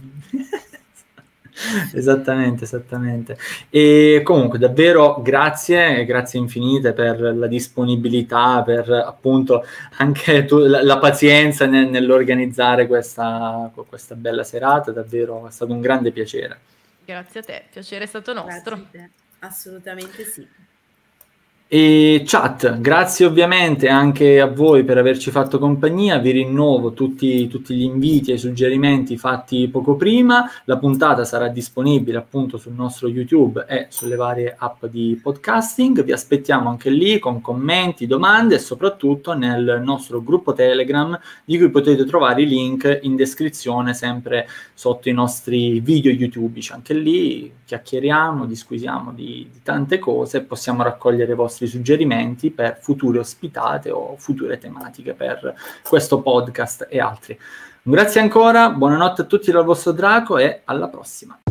Esattamente. E comunque davvero grazie infinite per la disponibilità, per appunto anche la pazienza nell'organizzare questa bella serata, davvero è stato un grande piacere. Grazie a te, piacere è stato nostro. Grazie a te. Assolutamente sì. E chat, grazie ovviamente anche a voi per averci fatto compagnia, vi rinnovo tutti gli inviti e i suggerimenti fatti poco prima, la puntata sarà disponibile appunto sul nostro YouTube e sulle varie app di podcasting, vi aspettiamo anche lì con commenti, domande e soprattutto nel nostro gruppo Telegram di cui potete trovare i link in descrizione sempre sotto i nostri video YouTube, anche lì chiacchieriamo, discutiamo di tante cose, possiamo raccogliere i vostri suggerimenti per future ospitate o future tematiche per questo podcast e altri. Grazie ancora, buonanotte a tutti dal vostro Draco e alla prossima.